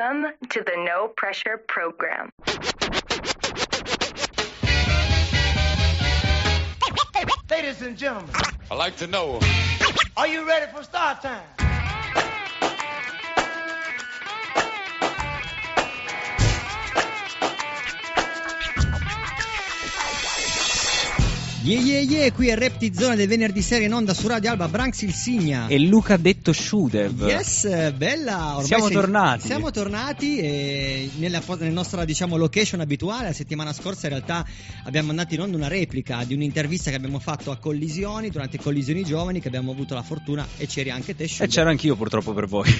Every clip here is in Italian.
Welcome to the No Pressure Program. Ladies and gentlemen, I'd like to know, are you ready for start time? Qui è Repti Zona del venerdì sera in onda su Radio Alba. Branks il Signa e Luca detto Shudev. Yes, bella. Ormai siamo tornati nella nostra, diciamo, location abituale. La settimana scorsa in realtà abbiamo mandato in onda una replica di un'intervista che abbiamo fatto a Collisioni, durante Collisioni Giovani, che abbiamo avuto la fortuna, e c'eri anche te, Shudev, e c'ero anch'io purtroppo per voi,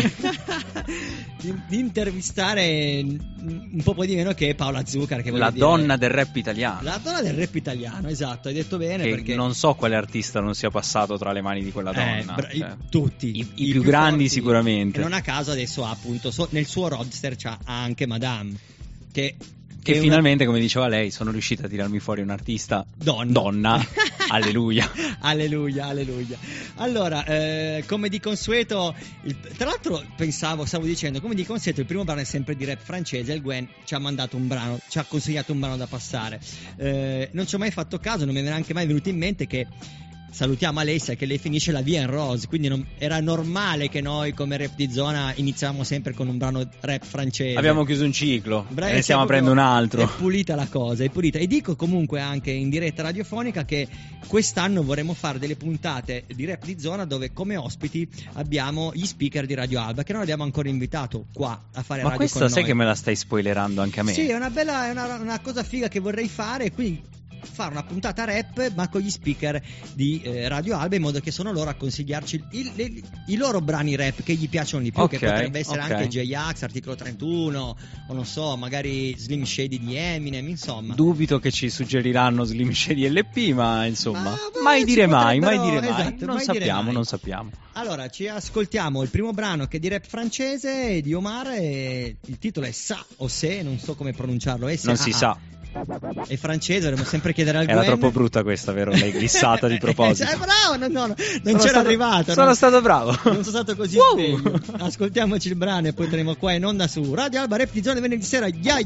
di intervistare un po' di meno che Paola Zuccar, che la donna del rap italiano. La donna del rap italiano, esatto, hai detto bene, che perché non so quale artista non sia passato tra le mani di quella donna, tutti i più grandi forti, sicuramente. e non a caso adesso ha appunto nel suo roadster c'ha anche Madame, che finalmente, come diceva lei, sono riuscita a tirarmi fuori un artista donna. Alleluia. Alleluia. Allora, come di consueto, tra l'altro stavo dicendo, come di consueto il primo brano è sempre di rap francese. Il Gwen ci ha mandato un brano, ci ha consigliato un brano da passare. Non ci ho mai fatto caso, non mi è neanche mai venuto in mente che salutiamo Alessia, che lei finisce la Vie en Rose, quindi era normale che noi come Rap di Zona iniziamo sempre con un brano rap francese. Abbiamo chiuso un ciclo e ne stiamo aprendo un altro. È pulita la cosa, è pulita. E dico comunque anche in diretta radiofonica che quest'anno vorremmo fare delle puntate di Rap di Zona dove come ospiti abbiamo gli speaker di Radio Alba, che non abbiamo ancora invitato qua a fare radio con noi. Ma questa sai che me la stai spoilerando anche a me? Sì, è una cosa figa che vorrei fare, quindi fare una puntata rap ma con gli speaker di Radio Alba, in modo che sono loro a consigliarci i loro brani rap che gli piacciono di più, che potrebbe essere anche J-Ax, Articolo 31, o non so, magari Slim Shady di Eminem, insomma. Dubito che ci suggeriranno Slim Shady LP, ma insomma, mai dire mai. Esatto, non sappiamo. Allora, ci ascoltiamo il primo brano, che è di rap francese di Omar, e il titolo è Sa o Se, non so come pronunciarlo. Non si sa. È francese, dovremmo sempre chiedere al Gwen. Era troppo brutta questa, vero? L'hai glissata di proposito. Bravo, non c'era arrivato. Sono stato bravo. Non sono stato così sveglio. Ascoltiamoci il brano e poi torniamo qua in onda su Radio Alba Rap di Zona venerdì sera.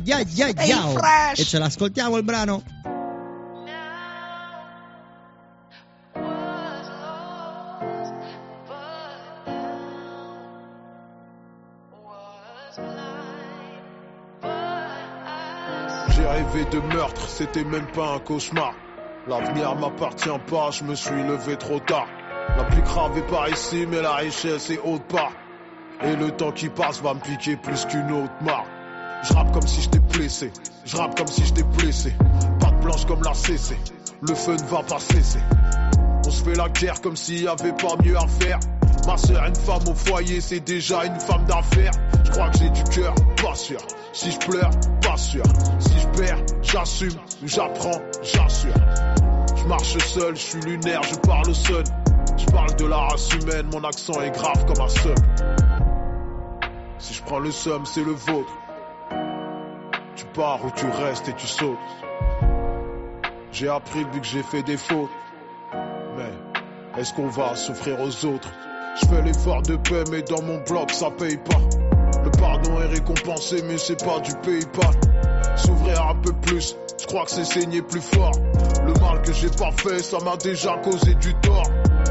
E ce l'ascoltiamo il brano. J'ai rêvé de meurtre, c'était même pas un cauchemar. L'avenir m'appartient pas, je me suis levé trop tard. La plus grave est par ici, mais la richesse est autre part. Et le temps qui passe va me piquer plus qu'une autre marre. Je rappe comme si j'étais blessé, je rappe comme si j'étais blessé. Patte blanche comme la CC, le feu ne va pas cesser. On se fait la guerre comme s'il y avait pas mieux à faire. Ma sœur, une femme au foyer, c'est déjà une femme d'affaires. Je crois que j'ai du cœur, pas sûr. Si je pleure, pas sûr. Si je perds, j'assume. J'apprends, j'assure. Je marche seul, je suis lunaire, je parle au sun. Je parle de la race humaine, mon accent est grave comme un seum. Si je prends le seum, c'est le vôtre. Tu pars ou tu restes et tu sautes. J'ai appris vu que j'ai fait des fautes. Mais est-ce qu'on va souffrir aux autres? Je fais l'effort de paix mais dans mon bloc ça paye pas. Le pardon est récompensé mais c'est pas du PayPal. S'ouvrir un peu plus, je crois que c'est saigner plus fort. Le mal que j'ai pas fait ça m'a déjà causé du tort.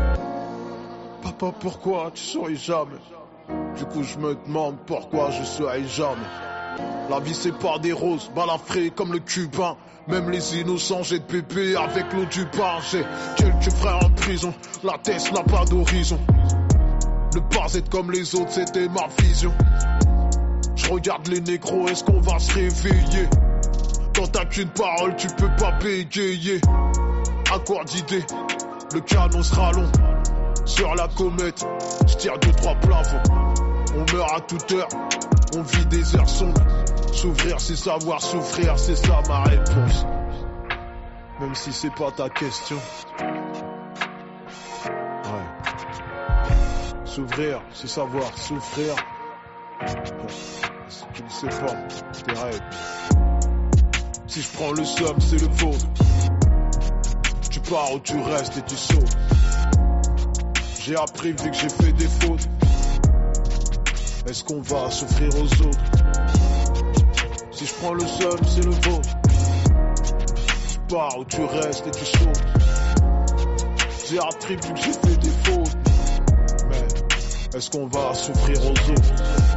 Papa pourquoi tu souris jamais? Du coup je me demande pourquoi je souris jamais. La vie c'est pas des roses, balafré comme le cubain. Même les innocents jettent bébé avec l'eau du bain. J'ai quelques frères en prison, la tête n'a pas d'horizon. Ne pas être comme les autres, c'était ma vision. Je regarde les négros, est-ce qu'on va se réveiller? Quand t'as qu'une parole, tu peux pas bégayer. À quoi d'idée, le canon sera long. Sur la comète, je tire 2-3 plafonds. On meurt à toute heure, on vit des heures sombres. S'ouvrir, c'est savoir souffrir, c'est ça ma réponse. Même si c'est pas ta question. S'ouvrir, c'est savoir souffrir. Ce qui me sépare des rêves. Si je prends le somme, c'est le vôtre. Tu pars ou tu restes et tu sautes. J'ai appris vu que j'ai fait des fautes. Est-ce qu'on va s'offrir aux autres? Si je prends le seul, c'est le vôtre. Tu pars ou tu restes et tu sautes. J'ai attribué que j'ai fait des fautes. Mais est-ce qu'on va s'offrir aux autres?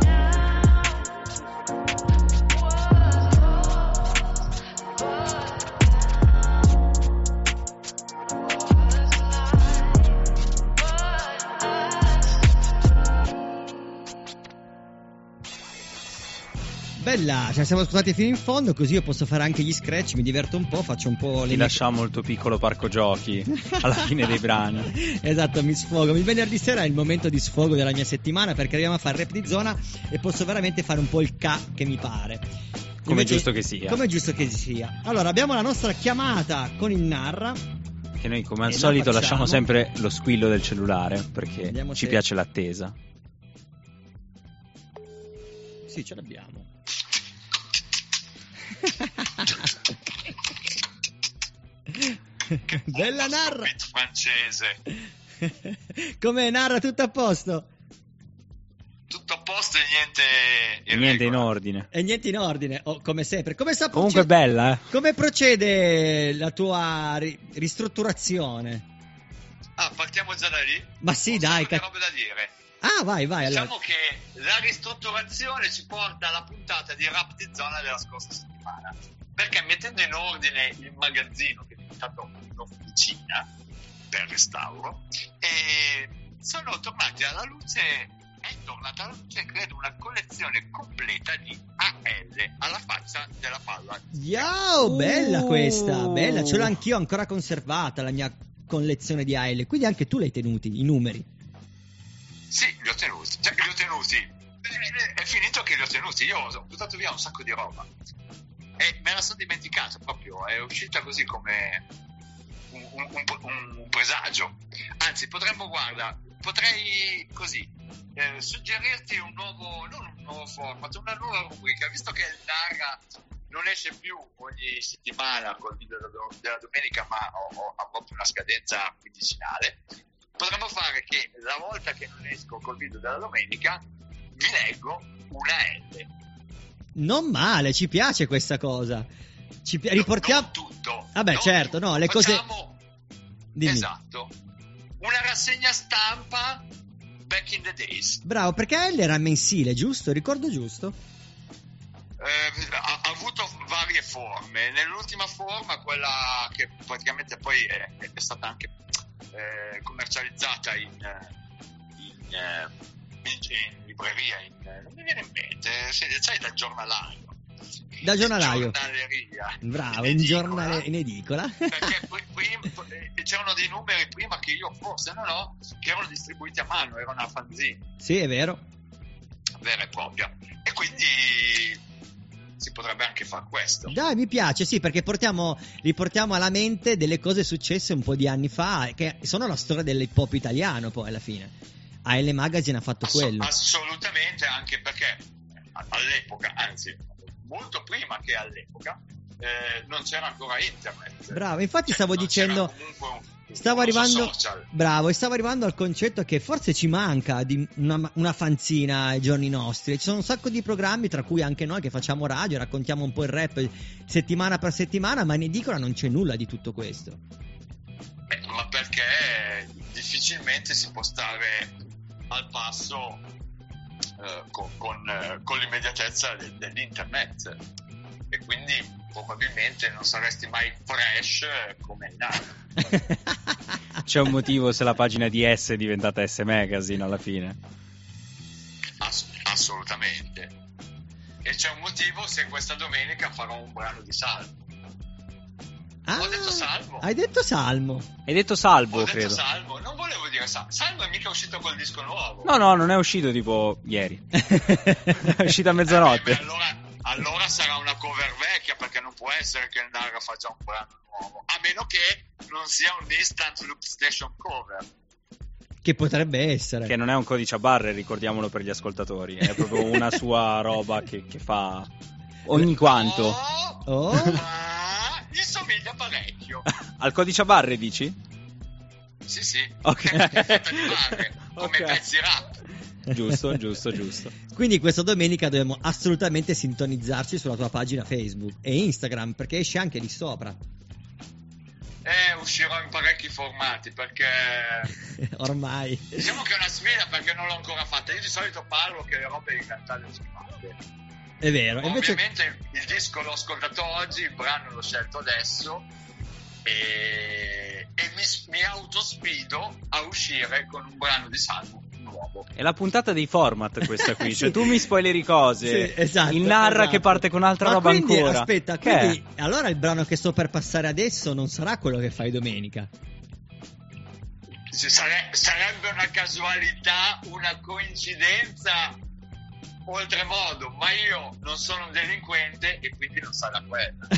Bella, ce ne siamo ascoltati fino in fondo, così io posso fare anche gli scratch, mi diverto un po', faccio un po' le Ti lasciamo il tuo piccolo parco giochi alla fine dei brani. Esatto, mi sfogo. Il venerdì sera è il momento di sfogo della mia settimana, perché arriviamo a fare rap di zona e posso veramente fare un po' il che mi pare. Come giusto che sia. Come giusto che sia. Allora, abbiamo la nostra chiamata con il Narra. Che noi come al solito lasciamo sempre lo squillo del cellulare, perché ci piace l'attesa. Sì, ce l'abbiamo. Bella Narra francese. Come Narra, tutto a posto? Tutto a posto e niente in ordine. E niente in ordine, come sempre. Comunque è bella, Come procede la tua ristrutturazione? Partiamo già da lì? Ma sì, dai, che roba da dire. Vai. Diciamo allora. che la ristrutturazione ci porta alla puntata di Rap di Zona della scorsa settimana, perché mettendo in ordine il magazzino, che è diventato un'officina per restauro, e sono tornati alla luce, è tornata alla luce credo una collezione completa di AL alla faccia della palla. Bella questa, bella, ce l'ho anch'io ancora conservata la mia collezione di AL, quindi anche tu l'hai tenuti, i numeri. Sì, li ho tenuti. È finito che li ho tenuti. Io ho buttato via un sacco di roba e me la sono dimenticata proprio. È uscita così come un presagio. Anzi, potrei così suggerirti non un nuovo format, una nuova rubrica, visto che il Narra non esce più ogni settimana col video della domenica, ma ha proprio una scadenza quindicinale. Potremmo fare che la volta che non esco col video della domenica vi leggo una L. Non male, ci piace questa cosa. Riportiamo non tutto. Vabbè, non certo, tutto. No, le cose. Dimmi. Esatto. Una rassegna stampa back in the days. Bravo, perché L era mensile, giusto? Ricordo giusto? Ha avuto varie forme. Nell'ultima forma, quella che praticamente poi è stata anche commercializzata in libreria, non mi viene in mente, sai, dal giornalaio. Giornaleria. Bravo, in edicola. Perché c'erano dei numeri prima che io forse non ho, che erano distribuiti a mano, era una fanzine. Sì, è vero. Vera e propria. E quindi si potrebbe anche fare questo. Dai, mi piace, sì, perché riportiamo alla mente delle cose successe un po' di anni fa, che sono la storia dell'hip hop italiano poi alla fine. AL Magazine ha fatto quello. Assolutamente, anche perché all'epoca, anzi molto prima che all'epoca, non c'era ancora internet. Bravo, infatti stavo dicendo, stavo arrivando al concetto che forse ci manca di una fanzina ai giorni nostri. Ci sono un sacco di programmi, tra cui anche noi che facciamo radio, raccontiamo un po' il rap settimana per settimana, ma in edicola non c'è nulla di tutto questo. Ma perché difficilmente si può stare al passo con l'immediatezza dell'internet, e quindi probabilmente non saresti mai fresh come il Narra. C'è un motivo se la pagina di S è diventata S Magazine alla fine. Assolutamente. E c'è un motivo se questa domenica farò un brano di Salmo. Ho detto Salmo. Hai detto Salmo. Hai detto Salvo, Ho credo. detto Salmo, non volevo dire Salmo. Salmo è mica uscito col disco nuovo. No, non è uscito tipo ieri. È uscito a mezzanotte. Allora sarà una cover vecchia, perché non può essere che il Narra faccia un brano nuovo, a meno che non sia un instant loop station cover. Che potrebbe essere. Che non è un codice a barre, ricordiamolo per gli ascoltatori. È proprio una sua roba che fa ogni quanto. Ma gli somiglia parecchio. Al codice a barre, dici? Sì. Ok. È fatta di barre, come Ok. pezzi rap. Giusto. Quindi questa domenica dobbiamo assolutamente sintonizzarci sulla tua pagina Facebook e Instagram, perché esce anche lì sopra. Uscirò in parecchi formati, perché Ormai. diciamo che è una sfida, perché non l'ho ancora fatta. Io di solito parlo che le robe in realtà le ho scritte. È vero. Invece... Ovviamente il disco l'ho ascoltato oggi, il brano l'ho scelto adesso e mi autosfido a uscire con un brano di Salmo nuovo. È la puntata dei format questa qui, Sì. cioè tu mi spoileri cose, Sì, esatto, il narra esatto. che parte con altra Ma roba quindi, ancora. Aspetta, Che quindi allora il brano che sto per passare adesso non sarà quello che fai domenica. Sarebbe una casualità, una coincidenza oltremodo, ma io non sono un delinquente e quindi non sarà quella.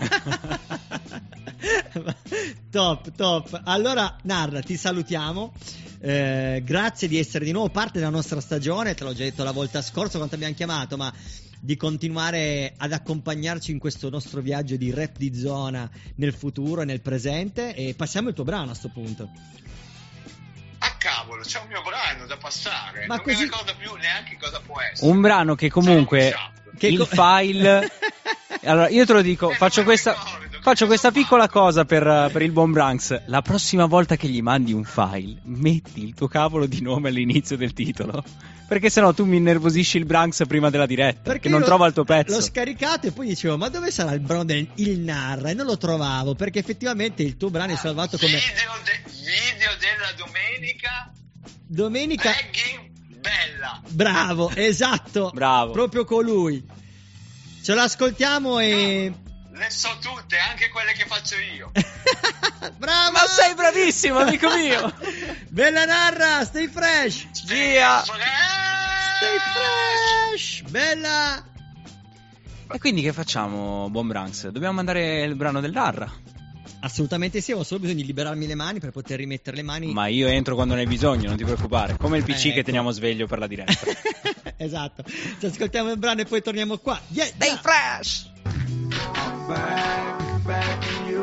Top. Allora, Narra, ti salutiamo. Grazie di essere di nuovo parte della nostra stagione. Te l'ho già detto la volta scorsa quando abbiamo chiamato, ma di continuare ad accompagnarci in questo nostro viaggio di rap di zona nel futuro e nel presente. E passiamo il tuo brano a sto punto. Ah cavolo, c'è un mio brano da passare. Ma non così- mi ricordo più neanche cosa può essere. Un brano che comunque il file. Allora io te lo dico, faccio questa piccola cosa per il buon Branks. La prossima volta che gli mandi un file, metti il tuo cavolo di nome all'inizio del titolo, perché sennò tu mi innervosisci il Branks prima della diretta, perché non io trova il tuo pezzo. L'ho scaricato e poi dicevo, ma dove sarà il brano del il Narra? E non lo trovavo, perché effettivamente il tuo brano è salvato come video della domenica. Peggy Bella. Bravo, esatto. Bravo. Proprio colui. Ce l'ascoltiamo e Le so tutte, anche quelle che faccio io. bravo. Ma sei bravissimo, amico mio. Bella Narra, stay fresh. Gia. Stay fresh. Bella. E quindi che facciamo, buon Branks? Dobbiamo mandare il brano del Narra. Assolutamente sì, ho solo bisogno di liberarmi le mani per poter rimettere le mani. Ma io entro quando ne hai bisogno, non ti preoccupare. Come il PC che Ecco. teniamo sveglio per la diretta. Esatto. Ci ascoltiamo il brano e poi torniamo qua. Yeah, Stay yeah. fresh. I'm back in you.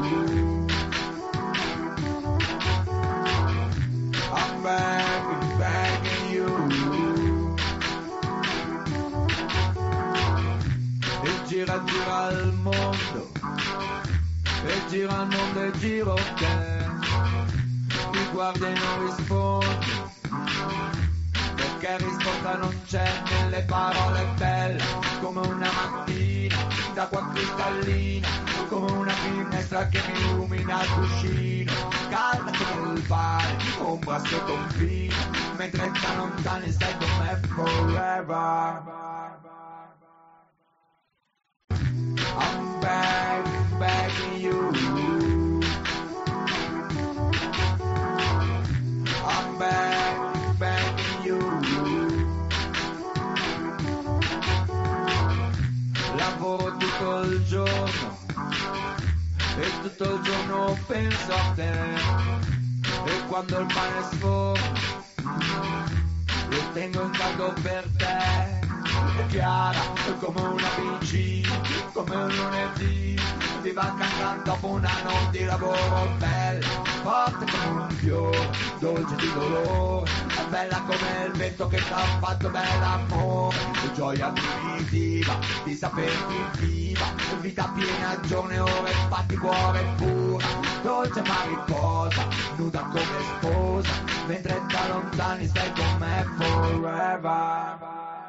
I'm back in you. E gira il mondo, e gira il mondo e giro te. Mi guardi e non rispondi, perché risposta non c'è nelle parole belle, come una mattina d'acqua cristallina, come una finestra che mi illumina il cuscino, calda come il pane, ombra sotto un filo, mentre da lontani stai con me forever. I'm back in you. I'm back in you. Lavoro tutto il giorno e tutto il giorno penso a te, e quando il pane sforna lo tengo in caldo per te. È chiara come una bici, come un lunedì, viva cantando dopo una notte di lavoro bella, forte come un fiore, dolce di dolore, è bella come il vento che t'ha fatto bell'amore, e gioia primitiva di saperti viva, vita piena, giorni e ore, fatti cuore pura, dolce mariposa, nuda come sposa, mentre da lontani stai con me forever.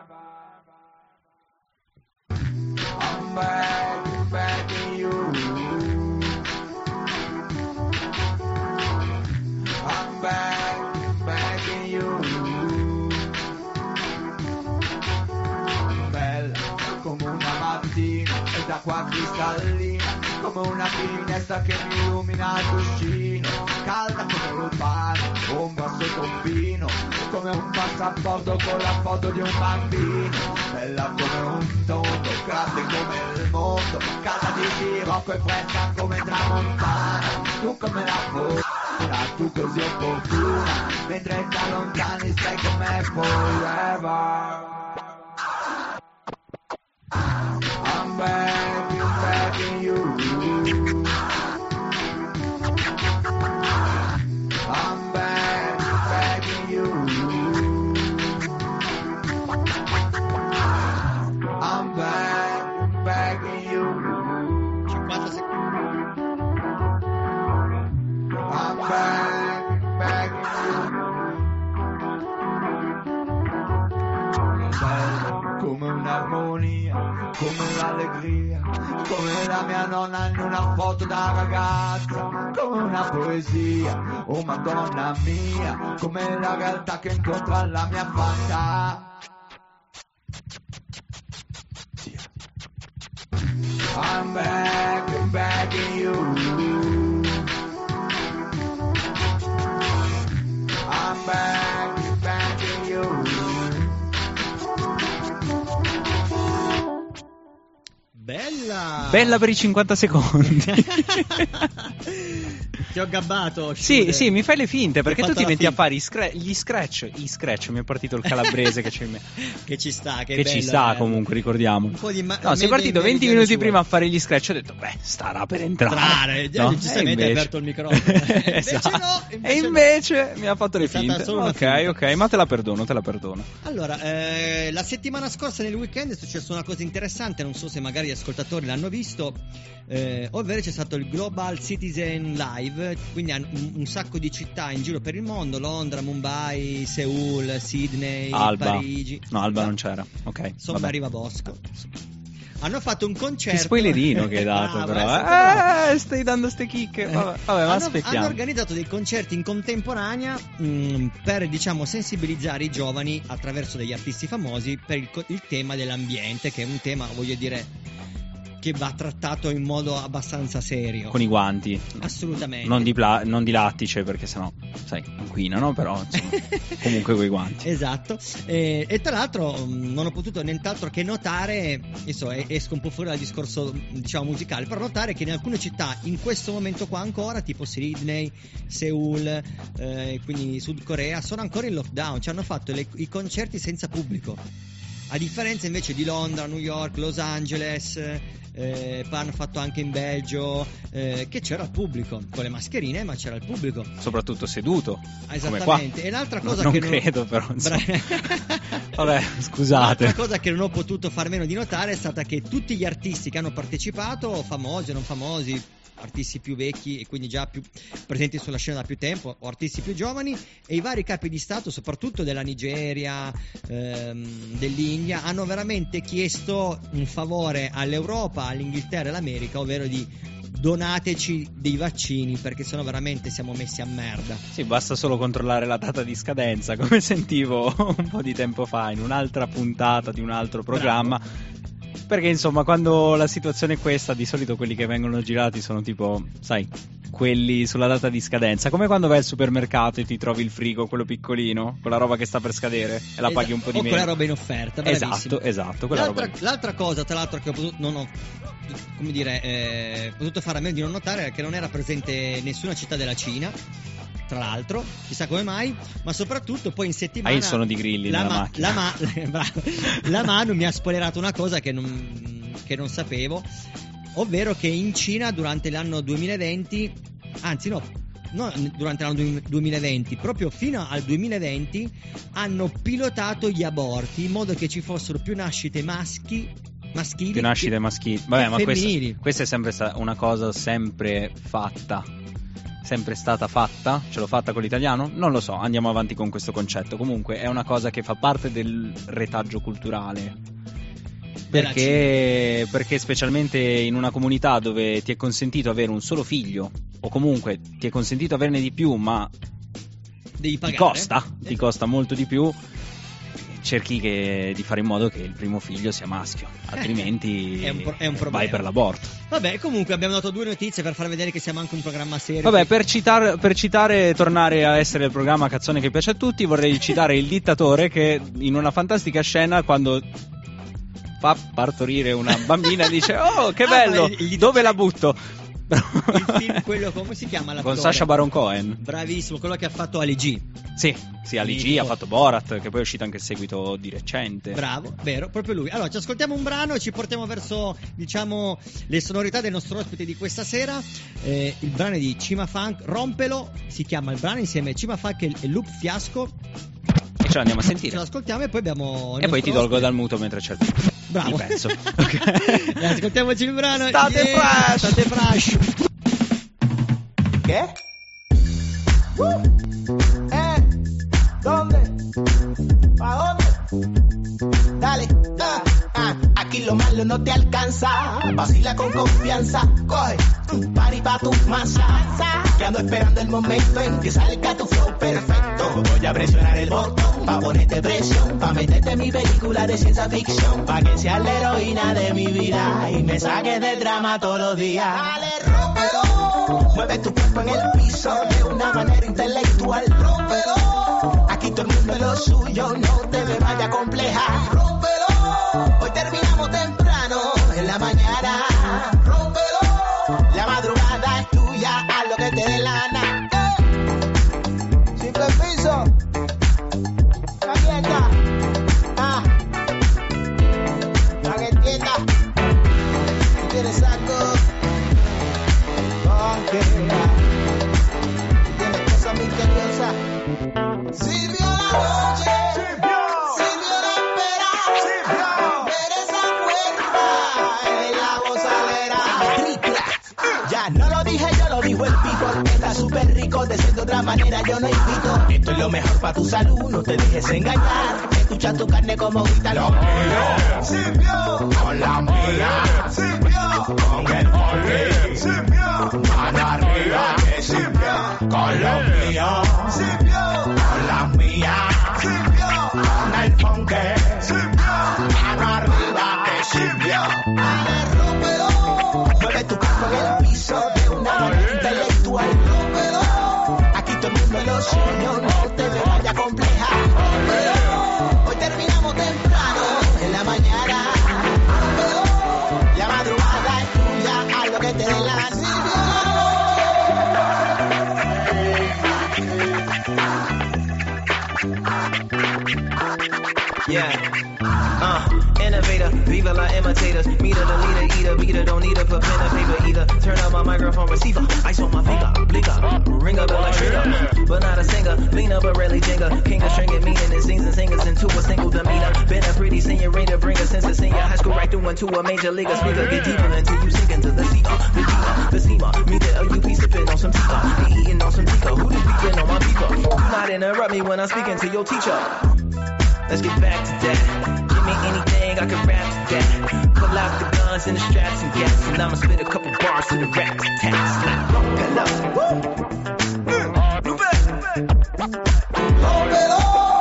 I'm back in you. I'm back in you. Bella come una mattina e d'acqua cristallina, come una finestra che mi illumina il cuscino, calda come un pane, ombra sotto un pino, come un passaporto con la foto di un bambino, bella come un tondo, grande come il mondo, calda di sirocco e fresca come tramontana, tu come la fortuna, tu così opportuna, mentre da lontani stai con me forever. I'm back in you. I'm back in you. come un'armonia, come l'allegria, come la mia nonna in una foto da ragazza, come una poesia, oh madonna mia, come la realtà che incontra la mia fantasia. I'm back and begging you. I'm back and begging you. Bella per i 50 secondi. Ti ho gabbato. Sì, mi fai le finte, perché tu ti metti a fare gli scratch, mi è partito il calabrese che c'è in me. Che ci sta, che ci sta comunque, ricordiamo. Un po' di sei partito 20 minuti prima a fare gli scratch, ho detto, starà per entrare. No? Giustamente hai aperto il microfono. Esatto. Invece mi ha fatto le finte. Ok, ma te la perdono. Allora, la settimana scorsa nel weekend è successa una cosa interessante, non so se magari gli ascoltatori l'hanno visto, ovvero c'è stato il Global Citizen Live, quindi un sacco di città in giro per il mondo, Londra, Mumbai, Seoul, Sydney, Alba. Parigi. No, Alba non c'era. Ok. Insomma, arriva Bosco. Hanno fatto un concerto. Che spoilerino che hai dato, però. Stai dando ste chicche. Vabbè, ma aspettiamo. Hanno organizzato dei concerti in contemporanea per, diciamo, sensibilizzare i giovani attraverso degli artisti famosi per il tema dell'ambiente, che è un tema, voglio dire, che va trattato in modo abbastanza serio. Con i guanti. Assolutamente. Non di lattice, perché sennò, sai, inquinano, però insomma, comunque coi guanti. Esatto. E tra l'altro non ho potuto nient'altro che notare, adesso esco un po' fuori dal discorso, diciamo, musicale, però notare che in alcune città in questo momento qua ancora, tipo Sydney, Seoul, quindi Sud Corea, sono ancora in lockdown, cioè hanno fatto i concerti senza pubblico. A differenza invece di Londra, New York, Los Angeles, poi hanno fatto anche in Belgio, che c'era il pubblico, con le mascherine, ma c'era il pubblico. Soprattutto seduto. Esattamente. Come qua. E l'altra cosa non che credo, però. Vabbè, scusate. L'altra cosa che non ho potuto far meno di notare è stata che tutti gli artisti che hanno partecipato, famosi o non famosi, artisti più vecchi e quindi già più presenti sulla scena da più tempo, o artisti più giovani, e i vari capi di stato, soprattutto della Nigeria, dell'India, hanno veramente chiesto un favore all'Europa, all'Inghilterra e all'America, ovvero di donateci dei vaccini, perché sennò veramente siamo messi a merda. Sì, basta solo controllare la data di scadenza, come sentivo un po' di tempo fa in un'altra puntata di un altro programma. Bravo. Perché insomma, quando la situazione è questa, di solito quelli che vengono girati sono tipo, sai, quelli sulla data di scadenza, come quando vai al supermercato e ti trovi il frigo, quello piccolino, con la roba che sta per scadere e la paghi un po' di meno. O quella roba in offerta, bravissimo. Esatto. L'altra cosa, tra l'altro, che non ho potuto fare a meno di non notare, è che non era presente nessuna città della Cina. Tra l'altro, chissà come mai, ma soprattutto poi in settimana il suono di grilli nella macchina. La Manu mi ha spoilerato una cosa che non sapevo, ovvero che in Cina durante l'anno 2020, anzi no, durante l'anno 2020, proprio fino al 2020 hanno pilotato gli aborti in modo che ci fossero più nascite maschili, più nascite maschili. Vabbè, ma questa è sempre stata una cosa sempre stata fatta. Ce l'ho fatta con l'italiano? Non lo so, andiamo avanti con questo concetto. Comunque è una cosa che fa parte del retaggio culturale, perché specialmente in una comunità dove ti è consentito avere un solo figlio, o comunque ti è consentito averne di più, ma devi pagare, ti costa molto di più, cerchi di fare in modo che il primo figlio sia maschio, altrimenti è un problema. Vai per l'aborto. Vabbè, comunque abbiamo dato 2 notizie per far vedere che siamo anche un programma serio. Vabbè, per citare, tornare a essere il programma cazzone che piace a tutti, vorrei citare Il dittatore, che in una fantastica scena, quando fa partorire una bambina, dice: oh, che bello, dove la butto? Il film, quello, come si chiama l'attore? Con Sacha Baron Cohen. Bravissimo, quello che ha fatto Ali G. Sì, Ali G ha fatto Borat, che poi è uscito anche il seguito di recente. Bravo, vero, proprio lui. Allora, ci ascoltiamo un brano e ci portiamo verso, diciamo, le sonorità del nostro ospite di questa sera. Il brano è di Cima Funk, Rompelo, si chiama il brano, insieme a Cima Funk e Loop Fiasco. E ce l'andiamo a sentire. Ce l'ascoltiamo e poi abbiamo... E poi ti tolgo dal muto mentre cerchi. Bravo. Il pezzo. Okay. Ascoltiamoci il brano. State fresh. ¿Qué? ¿Dónde? ¿Pa' dónde? Dale. aquí lo malo no te alcanza. Vacila con confianza, coge tu party pa' tu masa. Que ando esperando el momento en que salga tu flow perfecto. Voy a presionar el botón pa' ponerte presión, pa' meterte en mi película de ciencia ficción, pa' que seas la heroína de mi vida y me saques del drama todos los días. Dale, rómpelo, mueve tu cuerpo en el piso de una manera intelectual. Rómpelo, aquí todo el mundo es lo suyo, no te me vaya compleja. Rómpelo, hoy terminamos temprano en la mañana. Rómpelo, la madrugada es tuya, haz lo que te dé la gana. Sin permiso, abierta, para que entienda. Si quieres saco, porque tienes cosas misteriosas. Sirvió la noche, sirvió la espera, eres la puerta en la gozadera. Ya no lo dije, yo lo dijo el people. Está súper rico, de ser de otra manera yo no invito. Esto es lo mejor para tu salud, no te dejes engañar. Escucha tu carne como grita lo mío. Sirvió con la mía, sirvió con el funky, sirvió mano arriba que sirvió con lo mío, sirvió con la mía, sirvió con el funky, sirvió mano arriba que sirvió. Dale, rómpelo, mueve tu cuerpo en el piso de una manera intelectual. Rómpelo, aquí todo el mundo es lo suyo, no te me vaya compleja. Rómpelo, hoy terminamos temprano en la mañana. Rómpelo, la madrugada es tuya, haz lo que te dé la gana. Yeah, innovator, viva la imitators. Meter the leader, eater, beater, don't need it for pen and paper either. Turn up my microphone receiver, ice on my finger, blinker, ring a bell like trigger, but not a singer, leaner but rarely jinger. King of stringing meaning and sings and singers into a single demeanor. Been a pretty senorita, bring a sense of senior high school right through into a major league speaker. Get deeper until you sink into the sea, the steamer. Me the UP sipping on some tika, be eating on some tika. Who the beeping on my beeper? Do not interrupt me when I'm speaking to your teacher. Let's get back to that. Give me anything, I can rap to that. Pull out the guns and the straps and gas, and I'ma spit a couple bars to the rap tats. Like, hello, woo! New back. Rómpelo.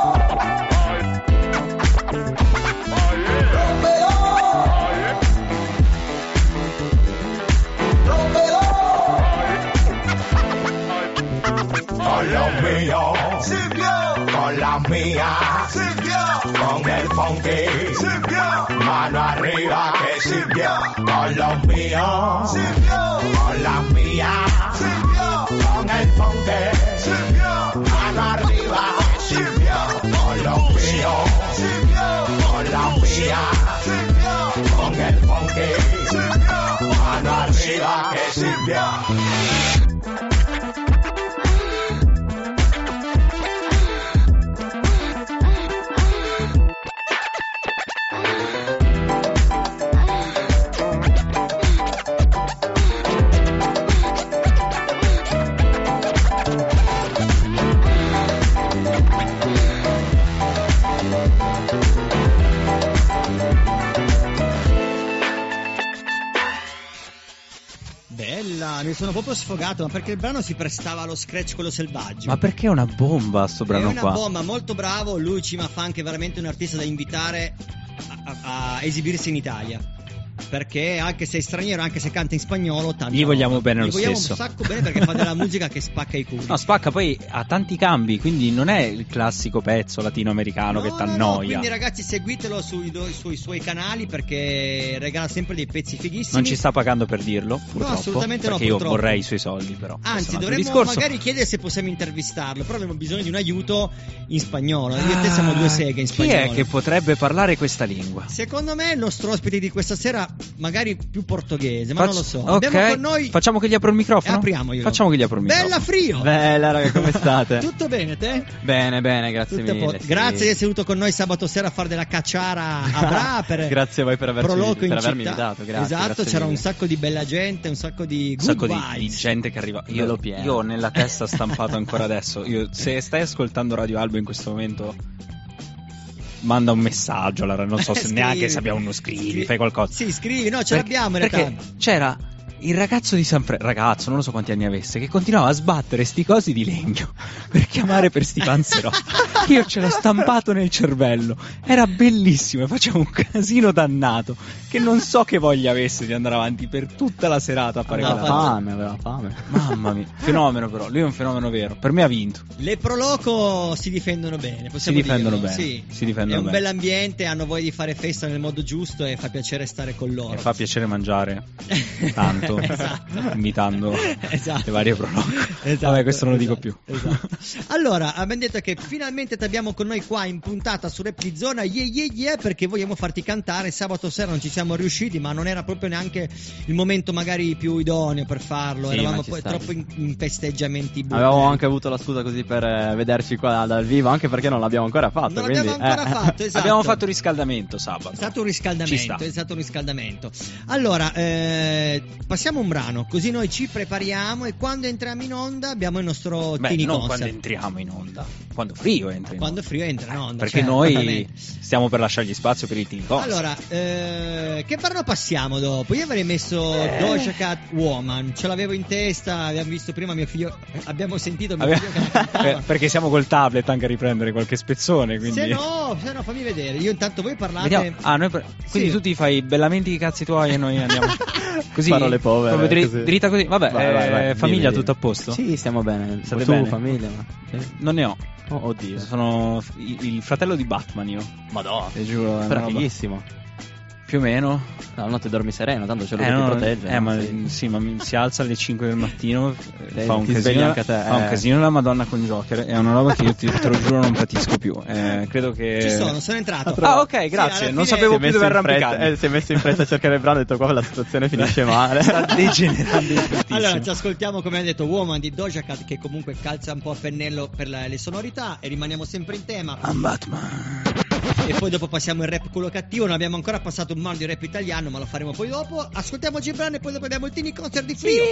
Con lo mío, sirvió con la mía, sirvió con el funky, sirvió mano arriba que sirvió con lo mío, sirvió con la mía, sirvió con el funky, sirvió mano arriba que sirvió con lo mío, sirvió con la mía, sirvió con el funky, sirvió mano arriba que sirvió. Mi sono proprio sfogato, ma perché il brano si prestava allo scratch quello selvaggio. Ma perché è una bomba sto brano qua? È una bomba, molto bravo. Lui Cima Funk è veramente un artista da invitare a esibirsi in Italia. Perché anche se è straniero, anche se canta in spagnolo, tanto gli vogliamo bene lo stesso. Gli vogliamo stesso. un sacco bene perché fa della musica che spacca i culi. No, spacca, poi ha tanti cambi, quindi non è il classico pezzo latinoamericano che t'annoia. No, quindi ragazzi seguitelo sui suoi canali perché regala sempre dei pezzi fighissimi. Non ci sta pagando per dirlo, purtroppo. No, assolutamente perché no, io purtroppo. vorrei i suoi soldi, però. Anzi, dovremmo magari chiedere se possiamo intervistarlo, però abbiamo bisogno di un aiuto in spagnolo. Io e te siamo due seghe in spagnolo. Chi è che potrebbe parlare questa lingua? Secondo me il nostro ospite di questa sera magari più portoghese, ma non lo so. Ok, abbiamo con noi... facciamo che gli apro il microfono? Apriamoglielo. Facciamo che gli apro il microfono. Bella Frio! Bella raga, come state? Tutto bene, te? Bene, grazie mille. Sì. Grazie di essere venuto con noi sabato sera a fare della cacciara a Bra per grazie a voi per avermi invitato. Grazie, esatto, grazie c'era mille. un sacco di bella gente, un sacco di good sacco vibes. di gente che arriva. Io ho nella testa stampato ancora adesso. Se stai ascoltando Radio Albo in questo momento, manda un messaggio, allora non so se neanche se abbiamo uno scrivi, fai qualcosa. Sì, scrivi, no, ce l'abbiamo in realtà. Perché c'era il ragazzo di ragazzo, non lo so quanti anni avesse, che continuava a sbattere sti cosi di legno per chiamare per sti panzerotti. Io ce l'ho stampato nel cervello, era bellissimo e faceva un casino dannato che non so che voglia avesse di andare avanti per tutta la serata a fare aveva fame. Mamma mia, fenomeno però, lui è un fenomeno vero, per me ha vinto. Le Pro Loco si difendono bene, possiamo difendono dirlo. bene, sì. si difendono è un bene. bell'ambiente, hanno voglia di fare festa nel modo giusto e fa piacere stare con loro. E fa piacere mangiare tanto, esatto. Invitando esatto. le varie Pro Loco. Esatto, vabbè, questo non lo dico più. Esatto. Allora, abbiamo detto che finalmente ti abbiamo con noi qua in puntata su Rap di Zona, perché vogliamo farti cantare. Sabato sera non ci siamo riusciti, ma non era proprio neanche il momento magari più idoneo per farlo, sì, eravamo poi troppo in festeggiamenti buoni. Avevamo anche avuto la scusa così per vederci qua dal vivo, anche perché non l'abbiamo ancora fatto. Non quindi, l'abbiamo ancora fatto, esatto. Abbiamo fatto riscaldamento sabato. È stato un riscaldamento. Allora, passiamo un brano, così noi ci prepariamo e quando entriamo in onda abbiamo il nostro Tini non Concert. quando entriamo in onda, quando Frio entra in Quando onda. Frio entra in onda, perché certo, noi stiamo per lasciargli spazio per il Tini Concert. Allora, che brano passiamo dopo? Io avrei messo Doja Cat Woman, ce l'avevo in testa, abbiamo visto prima mio figlio, abbiamo sentito mio figlio che la cantava. Perché siamo col tablet anche a riprendere qualche spezzone, quindi... Se no fammi vedere. Io intanto voi parlate. Vediamo. Quindi tu ti fai bellamenti i cazzi tuoi e noi andiamo così. Parole povere, così. Dritta così. Vabbè, vai, famiglia dimmi. tutto a posto? Sì, stiamo bene. State tu, bene? famiglia? Sì. Non ne ho. Oh, oddio. Sono il fratello di Batman io. Madonna. Ti giuro. è Però una roba- fighissimo. Più o meno. La notte dormi sereno, tanto ce lo ti protegge. ma Sì. sì, ma si alza alle 5 del mattino, fa un ti svegli casino, anche a te, fa un casino la Madonna con Joker, è una roba che io te lo giuro non patisco più. Credo che Ci sono entrato. Ah, ok, grazie. Non sapevo più dove arrampicarmi. Si è messo in fretta a cercare il brano e ho detto qua la situazione finisce male. Sta degenerando tantissimo. Allora, ci ascoltiamo, come hanno detto, Woman di Doja Cat, che comunque calza un po' a pennello per le sonorità, e rimaniamo sempre in tema. I'm Batman. E poi dopo passiamo il rap quello cattivo. Non abbiamo ancora passato un brano di rap italiano, ma lo faremo poi dopo. Ascoltiamo Gibran e poi dopo abbiamo il Tini Concert di Frio.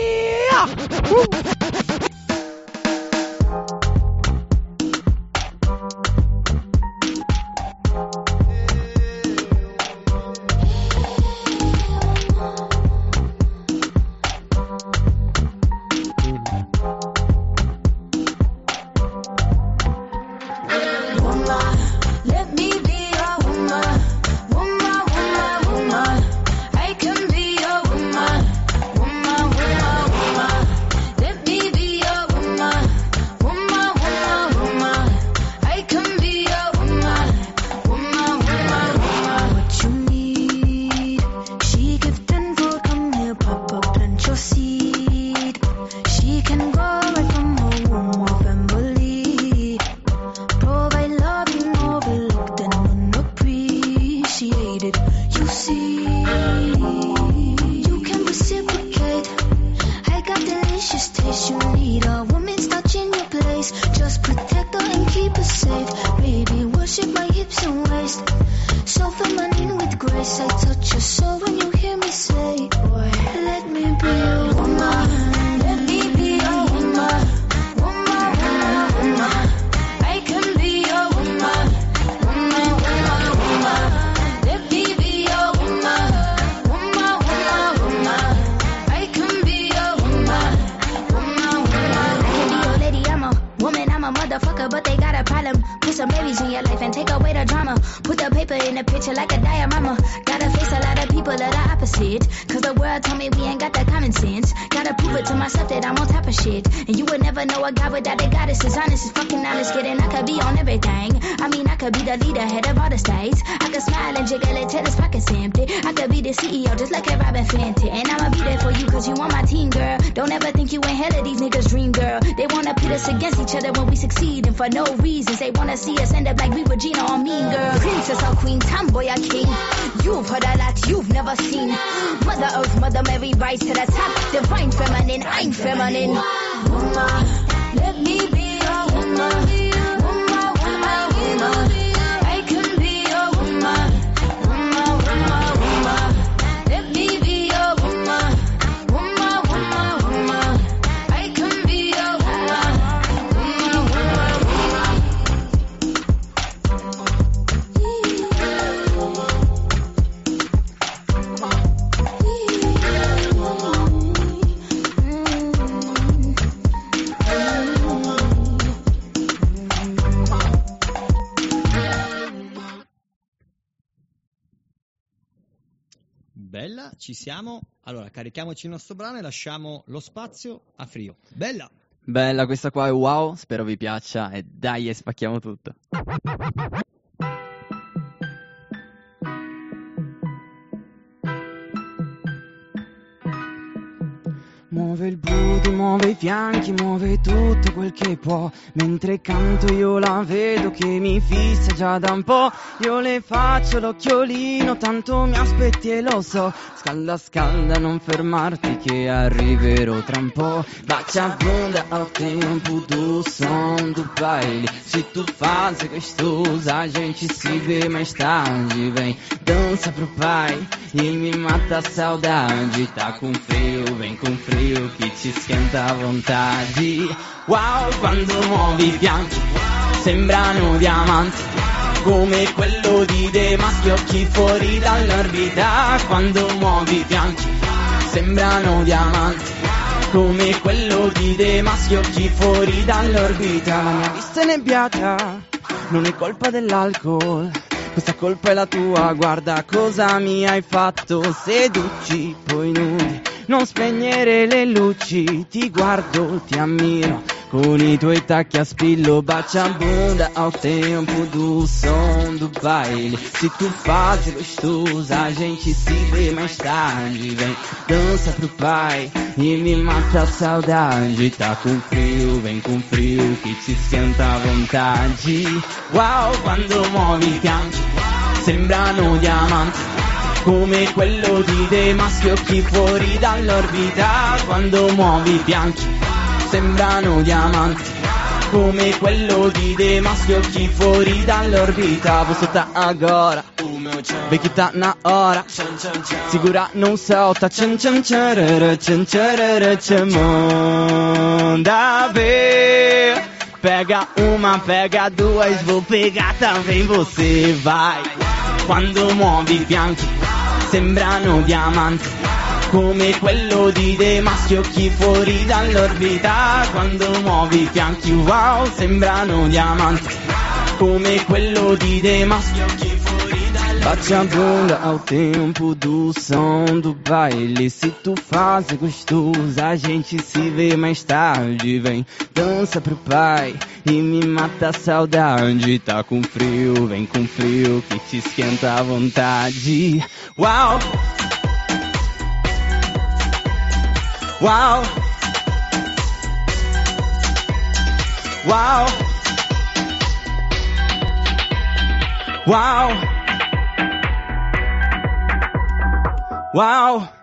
Let me be your woman, woman, woman, woman. I can be your woman, woman, woman, woman. Let me be your woman, woman, woman, woman. I can be your woman, woman, woman, woman. What you need, she give tenfold. Come here, pop up, plant your seed. She can go right from her womb or family. Provide love you overlooked and unappreciated. You see, you can reciprocate. I got delicious taste. You need a woman's touch in your place. Just protect her and keep her safe. Baby, worship my hips and waist. So feminine with grace. I touch your soul when you hear me say, boy, let me be your woman. Let me be your woman. Woman, woman, woman. I can be your woman, woman, woman, woman. Let me be your woman, woman, woman, woman. I can be your woman, woman, woman. I can be your lady, I'm a woman, I'm a motherfucker, but they got a problem. Put some babies in your life and take away the drama. Put the paper in the picture like a diorama. Gotta face a lot of people that are opposite. Cause the world told me we ain't got that common sense. Gotta prove it to myself that I'm on top of shit. And you would never know a guy without a goddess is honest as fucking knowledge. Kidding, I could be on everything. I mean, I could be the leader, head of all the states. I could smile and jiggle it till his pockets empty. I could be the CEO just like a Robin Fenty. And I'ma be there for you cause you on my team, girl. Don't ever think you ain't hell of these niggas' dream, girl. They wanna pit us against each other when we succeed. And for no reasons, they wanna see us end up like we Regina or Mean Girl. Princess or queen, tomboy or king. You've heard a lot you've never seen. Mother Earth, Mother Mary, rise to the top. Divine feminine, I'm feminine. Woman, let me be your woman. Woman, woman, woman. I can be your woman. Woman, woman, woman. Let me be your woman. Woman, woman, woman. I can be your woman. Woman, woman, woman. Bella, ci siamo. Allora, carichiamoci il nostro brano e lasciamo lo spazio a Frio. Bella! Bella, questa qua è wow, spero vi piaccia e dai, e spacchiamo tutto. Muove il booty, muove i fianchi, muove tutto quel che può. Mentre canto io la vedo che mi fissa già da un po'. Io le faccio l'occhiolino, tanto mi aspetti e lo so. Scalda, scalda, non fermarti che arriverò tra un po'. Bacia bunda ao tempo do som do baile. Se tu faz gostoso, a gente se vê mais tarde. Vem, dança pro pai e mi mata a saudade. Tá com frio, vem com frio che ci schianta a vontade. Wow, quando muovi i fianchi sembrano diamanti, come quello di De Maschi, occhi fuori dall'orbita. Quando muovi i fianchi sembrano diamanti, come quello di De Maschi, occhi fuori dall'orbita. La mia vista è nebbiata, non è colpa dell'alcol, questa colpa è la tua. Guarda cosa mi hai fatto, seduci poi nudi, non spegnere le luci, ti guardo, ti ammiro, con i tuoi tacchi a spillo. Bacia bunda ao tempo do som do baile. Se tu faz gostoso, a gente se vê mais tarde. Vem, dança pro pai e me mata a saudade. Tá com frio, vem com frio che ci schianta a vontade. Wow, quando muovi i fianchi sembrano diamanti, come quello di De Maschi, occhi fuori dall'orbita. Quando muovi i fianchi sembrano diamanti, come quello di De Maschi, occhi fuori dall'orbita. Você tá agora, vê que tá na hora, segura não solta. Tchan tchan tcharara, tchan tcharara, tchan. Manda ver, pega uma, pega duas, vou pegar também você, vai. Quando muovi i fianchi sembrano diamanti, come quello di De Maschi, occhi fuori dall'orbita. Quando muovi i fianchi, wow, sembrano diamanti, come quello di De Maschi, occhi fuori dall'orbita. Bacia bunda ao tempo do som do baile. Se tu faz gostoso, a gente se vê mais tarde. Vem, dança pro pai e me mata a saudade. Tá com frio, vem com frio que te esquenta a vontade. Wow! Wow! Wow! Wow! Wow!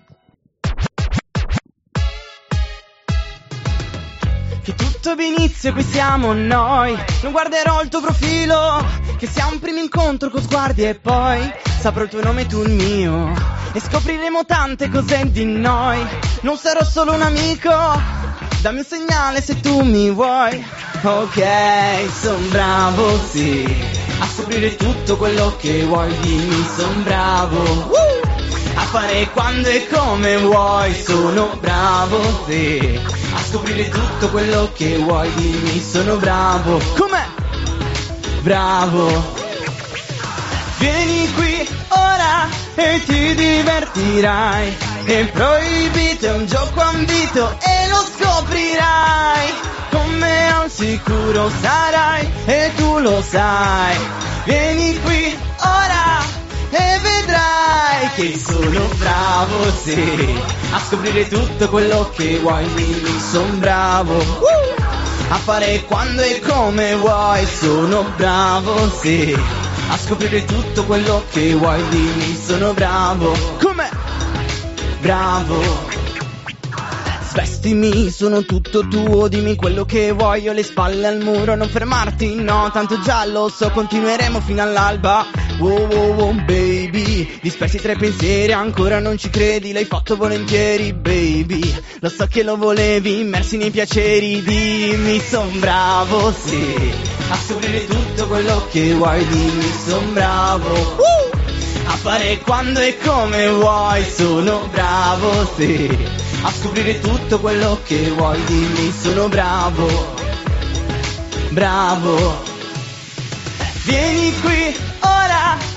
Che tutto benissimo, qui siamo noi. Non guarderò il tuo profilo, che sia un primo incontro con sguardi e poi saprò il tuo nome e tu il mio, e scopriremo tante cose di noi. Non sarò solo un amico, dammi un segnale se tu mi vuoi. Ok, son bravo, sì, a scoprire tutto quello che vuoi. Dimmi, son bravo, a fare quando e come vuoi. Sono bravo, sì, a scoprire tutto quello che vuoi. Dimmi, sono bravo. Com'è? Bravo. Vieni qui ora e ti divertirai. È proibito, è un gioco ambito e lo scoprirai. Con me al sicuro sarai e tu lo sai. Vieni qui ora e vedrai che sono bravo, sì, a scoprire tutto quello che vuoi. Dimmi, son bravo, a fare quando e come vuoi. Sono bravo, sì, a scoprire tutto quello che vuoi. Dimmi, sono bravo. Com'è? Bravo. Svestimi, sono tutto tuo, dimmi quello che vuoi. Ho le spalle al muro, non fermarti, no, tanto già lo so, continueremo fino all'alba. Wow, wow, wow, baby, dispersi tra i pensieri, ancora non ci credi, l'hai fatto volentieri, baby. Lo so che lo volevi, immersi nei piaceri. Dimmi, son bravo, sì, a scoprire tutto quello che vuoi. Dimmi, son bravo, a fare quando e come vuoi. Sono bravo, sì, a scoprire tutto quello che vuoi. Dimmi, sono bravo, bravo. Vieni qui ora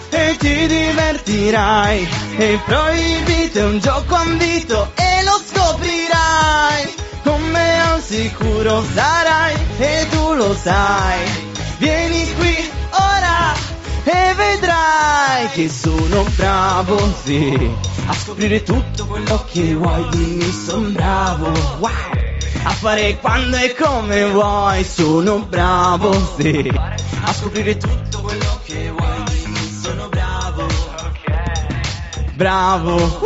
e ti divertirai. E proibito è un gioco ambito e lo scoprirai. Con me al sicuro sarai e tu lo sai. Vieni qui ora e vedrai che sono bravo, sì, a scoprire tutto quello che vuoi. Dimmi son bravo, wow, a fare quando e come vuoi. Sono bravo, sì, a scoprire tutto quello che vuoi. Dimmi sono bravo, bravo.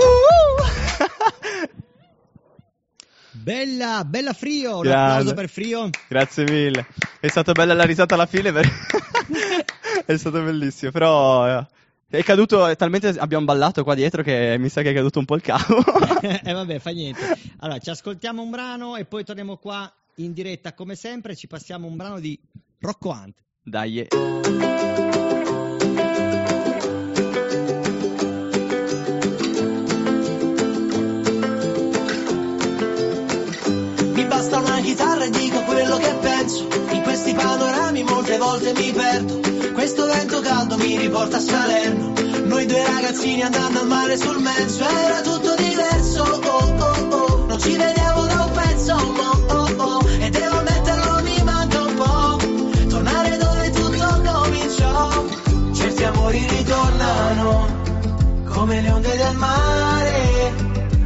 Bella Frio, un Grande. applauso per Frio. Grazie mille. È stata bella la risata alla fine, è stato bellissimo, però è caduto, talmente abbiamo ballato qua dietro che mi sa che è caduto un po' il cavo. Vabbè, fa niente. Allora, ci ascoltiamo un brano e poi torniamo qua in diretta come sempre. Ci passiamo un brano di Rocco Hunt. Dai. Mi basta una chitarra e dico quello che penso. In questi panorami molte volte mi perdo. Questo vento caldo mi riporta a Salerno. Noi due ragazzini andando al mare sul Menso. Era tutto diverso, oh oh oh. Non ci vediamo da un pezzo, oh oh oh. E devo ammetterlo, mi manca un po'. Tornare dove tutto cominciò. Certi amori ritornano come le onde del mare.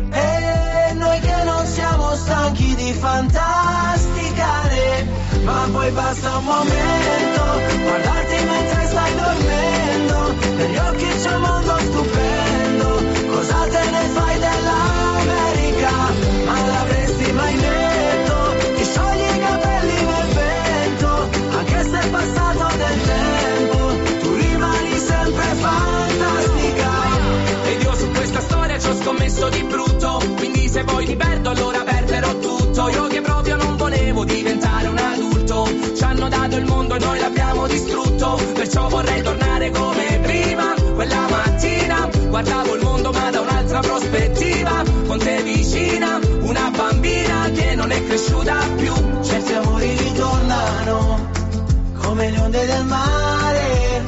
E noi che non siamo stanchi di fantasticare. Ma poi basta un momento, guardarti mentre stai dormendo. Negli occhi c'è un mondo stupendo. Cosa te ne fai dell'America? Ma l'avresti mai detto? Ti sciogli i capelli nel vento. Anche se è passato del tempo, tu rimani sempre fantastica. Ed io su questa storia ci ho scommesso di brutto. Quindi se poi ti perdo allora perderò tutto. Io che proprio non volevo diventare un adulto. Ci hanno dato il mondo e noi l'abbiamo distrutto. Perciò vorrei tornare come prima. Quella mattina guardavo il mondo ma da un'altra prospettiva. Con te vicina, una bambina che non è cresciuta più. Certi amori ritornano come le onde del mare.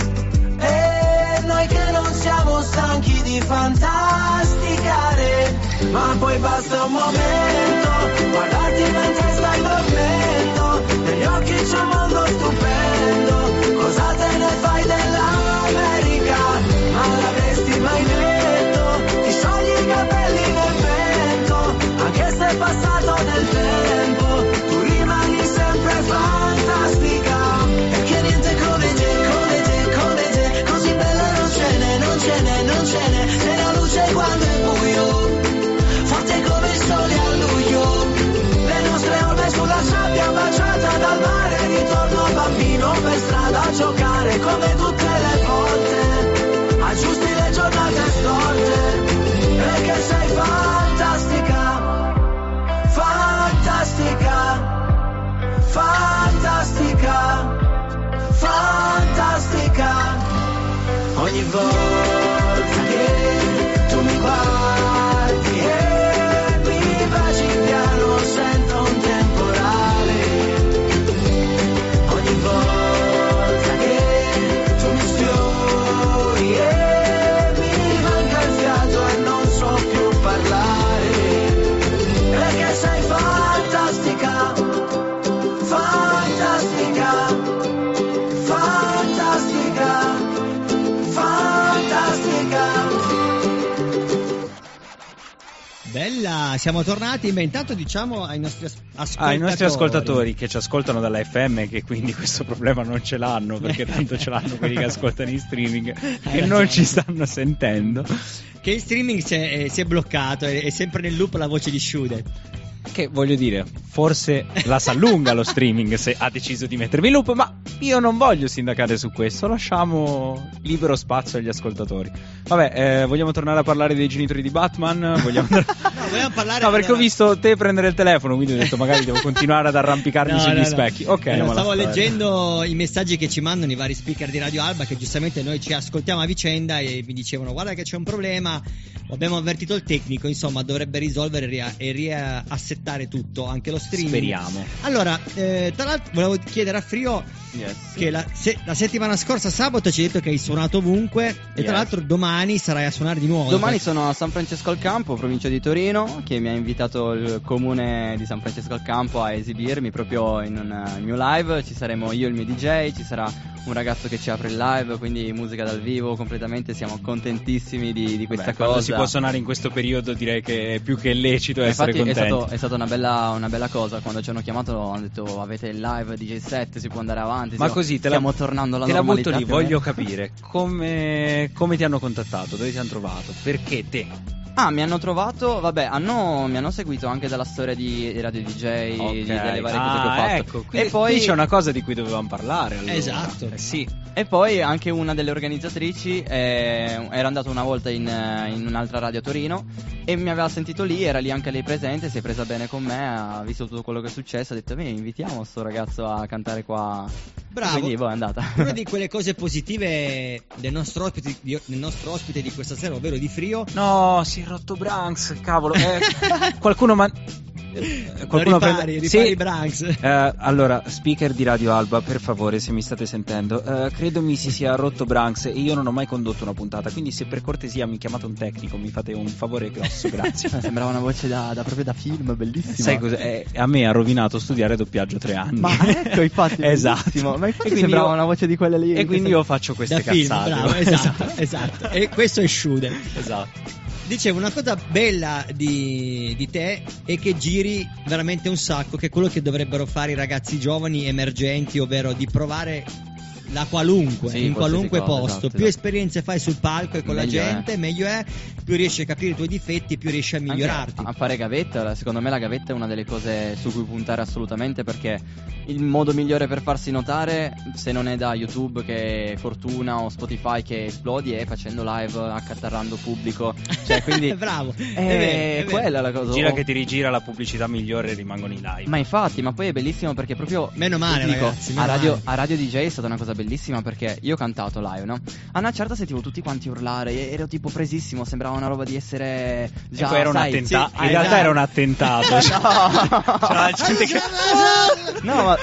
E noi che non siamo stanchi di fantasticare. Ma poi basta un momento, guardarti mentre stai dormendo. Negli occhi c'è un mondo stupendo. Cosa te ne fai dell'America? Ma l'avresti mai detto? Ti sciogli i capelli nel vento. Anche se è passato del tempo, tu rimani sempre fantastica. Perché niente come te, come te, come te. Così bella non ce n'è, non ce n'è, non ce n'è. Sei la luce quando è buio, forte come il sole a luglio. Le nostre orme sulla sabbia baciata dal mare. Ritorno bambino per strada a giocare come tutte le volte. Aggiusti le giornate storte. Perché sei fantastica, fantastica, fantastica, fantastica. Ogni volta che tu mi guardi e mi baci piano sento un temporale. Ogni volta che tu mi sfiori e mi manca il fiato e non so più parlare. Perché sei fantastica, fantastica, fantastica, fantastica. Bella, siamo tornati. Beh, intanto diciamo ai nostri ascoltatori. Ai nostri ascoltatori che ci ascoltano dalla FM, che quindi questo problema non ce l'hanno, perché tanto ce l'hanno quelli che ascoltano in streaming e non ci stanno sentendo. Che il streaming si è bloccato, è sempre nel loop la voce di Shude. Che voglio dire, forse la s'allunga lo streaming se ha deciso di mettermi in loop, ma io non voglio sindacare su questo, lasciamo libero spazio agli ascoltatori. Vabbè, vogliamo tornare a parlare dei genitori di Batman? Vogliamo parlare. No, perché ho visto te prendere il telefono, quindi ho detto magari devo continuare ad arrampicarmi sugli specchi. Ok, stavo leggendo i messaggi che ci mandano i vari speaker di Radio Alba, che giustamente noi ci ascoltiamo a vicenda e mi dicevano: guarda che c'è un problema, abbiamo avvertito il tecnico, insomma dovrebbe risolvere e riassettare tutto, anche lo streaming. Speriamo. Allora, tra l'altro volevo chiedere a Frio Yes. Che la settimana scorsa sabato ci hai detto che hai suonato ovunque e tra l'altro domani sarai a suonare di nuovo. Domani sono a San Francesco al Campo, provincia di Torino, che mi ha invitato il comune di San Francesco al Campo a esibirmi proprio in un mio live. Ci saremo io e il mio DJ, ci sarà un ragazzo che ci apre il live, quindi musica dal vivo completamente, siamo contentissimi di questa cosa. Quando si può suonare in questo periodo direi che è più che lecito essere contenti. È stata una bella cosa, quando ci hanno chiamato hanno detto avete il live DJ set, si può andare avanti. Ma così stiamo tornando alla normalità. Te la butto lì, voglio capire come ti hanno contattato, dove ti hanno trovato, perché te? Mi hanno trovato, mi hanno seguito anche dalla storia di Radio DJ, delle varie cose che ho fatto. Ecco, e poi qui c'è una cosa di cui dovevamo parlare. Allora. Esatto. Sì. E poi anche una delle organizzatrici era andata una volta in un'altra radio a Torino e mi aveva sentito lì, era lì anche lei presente, si è presa bene con me, ha visto tutto quello che è successo, ha detto invitiamo sto ragazzo a cantare qua. Bravo. Quindi è andata. Una di quelle cose positive del nostro ospite di questa sera, ovvero di Frio. No, si è rotto Branks, cavolo. Qualcuno ripari Branks. Allora, speaker di Radio Alba, per favore, se mi state sentendo, credo mi si sia rotto Branks e io non ho mai condotto una puntata, quindi se per cortesia mi chiamate un tecnico mi fate un favore grosso, grazie. Sembrava una voce proprio da film, bellissima. Sai cosa? A me ha rovinato studiare doppiaggio 3 anni. Ma ecco, infatti. Esatto. Ma infatti sembrava una voce di quelle lì. E quindi io faccio queste da cazzate. Film, bravo, esatto. E questo è Shude. Esatto. Dicevo, una cosa bella di te è che giri veramente un sacco, che è quello che dovrebbero fare i ragazzi giovani emergenti, ovvero di provare la qualunque, in qualunque posto. Più esperienze fai sul palco e con la gente, meglio è, più riesci a capire i tuoi difetti, più riesci a migliorarti. Anche a fare gavetta, secondo me la gavetta è una delle cose su cui puntare assolutamente, perché il modo migliore per farsi notare, se non è da YouTube che fortuna o Spotify che esplodi, è facendo live, accatarrando pubblico. Cioè, quindi bravo, è quella la cosa. Gira che ti rigira, la pubblicità migliore rimangono i live. Ma infatti, ma poi è bellissimo perché proprio meno male, ragazzi, a Radio DJ è stata una cosa bellissima, perché io ho cantato live, no? A una certa sentivo tutti quanti urlare, ero tipo presissimo, sembrava una roba di essere già, poi era un attentato. In realtà era un attentato. C'era gente che no, ma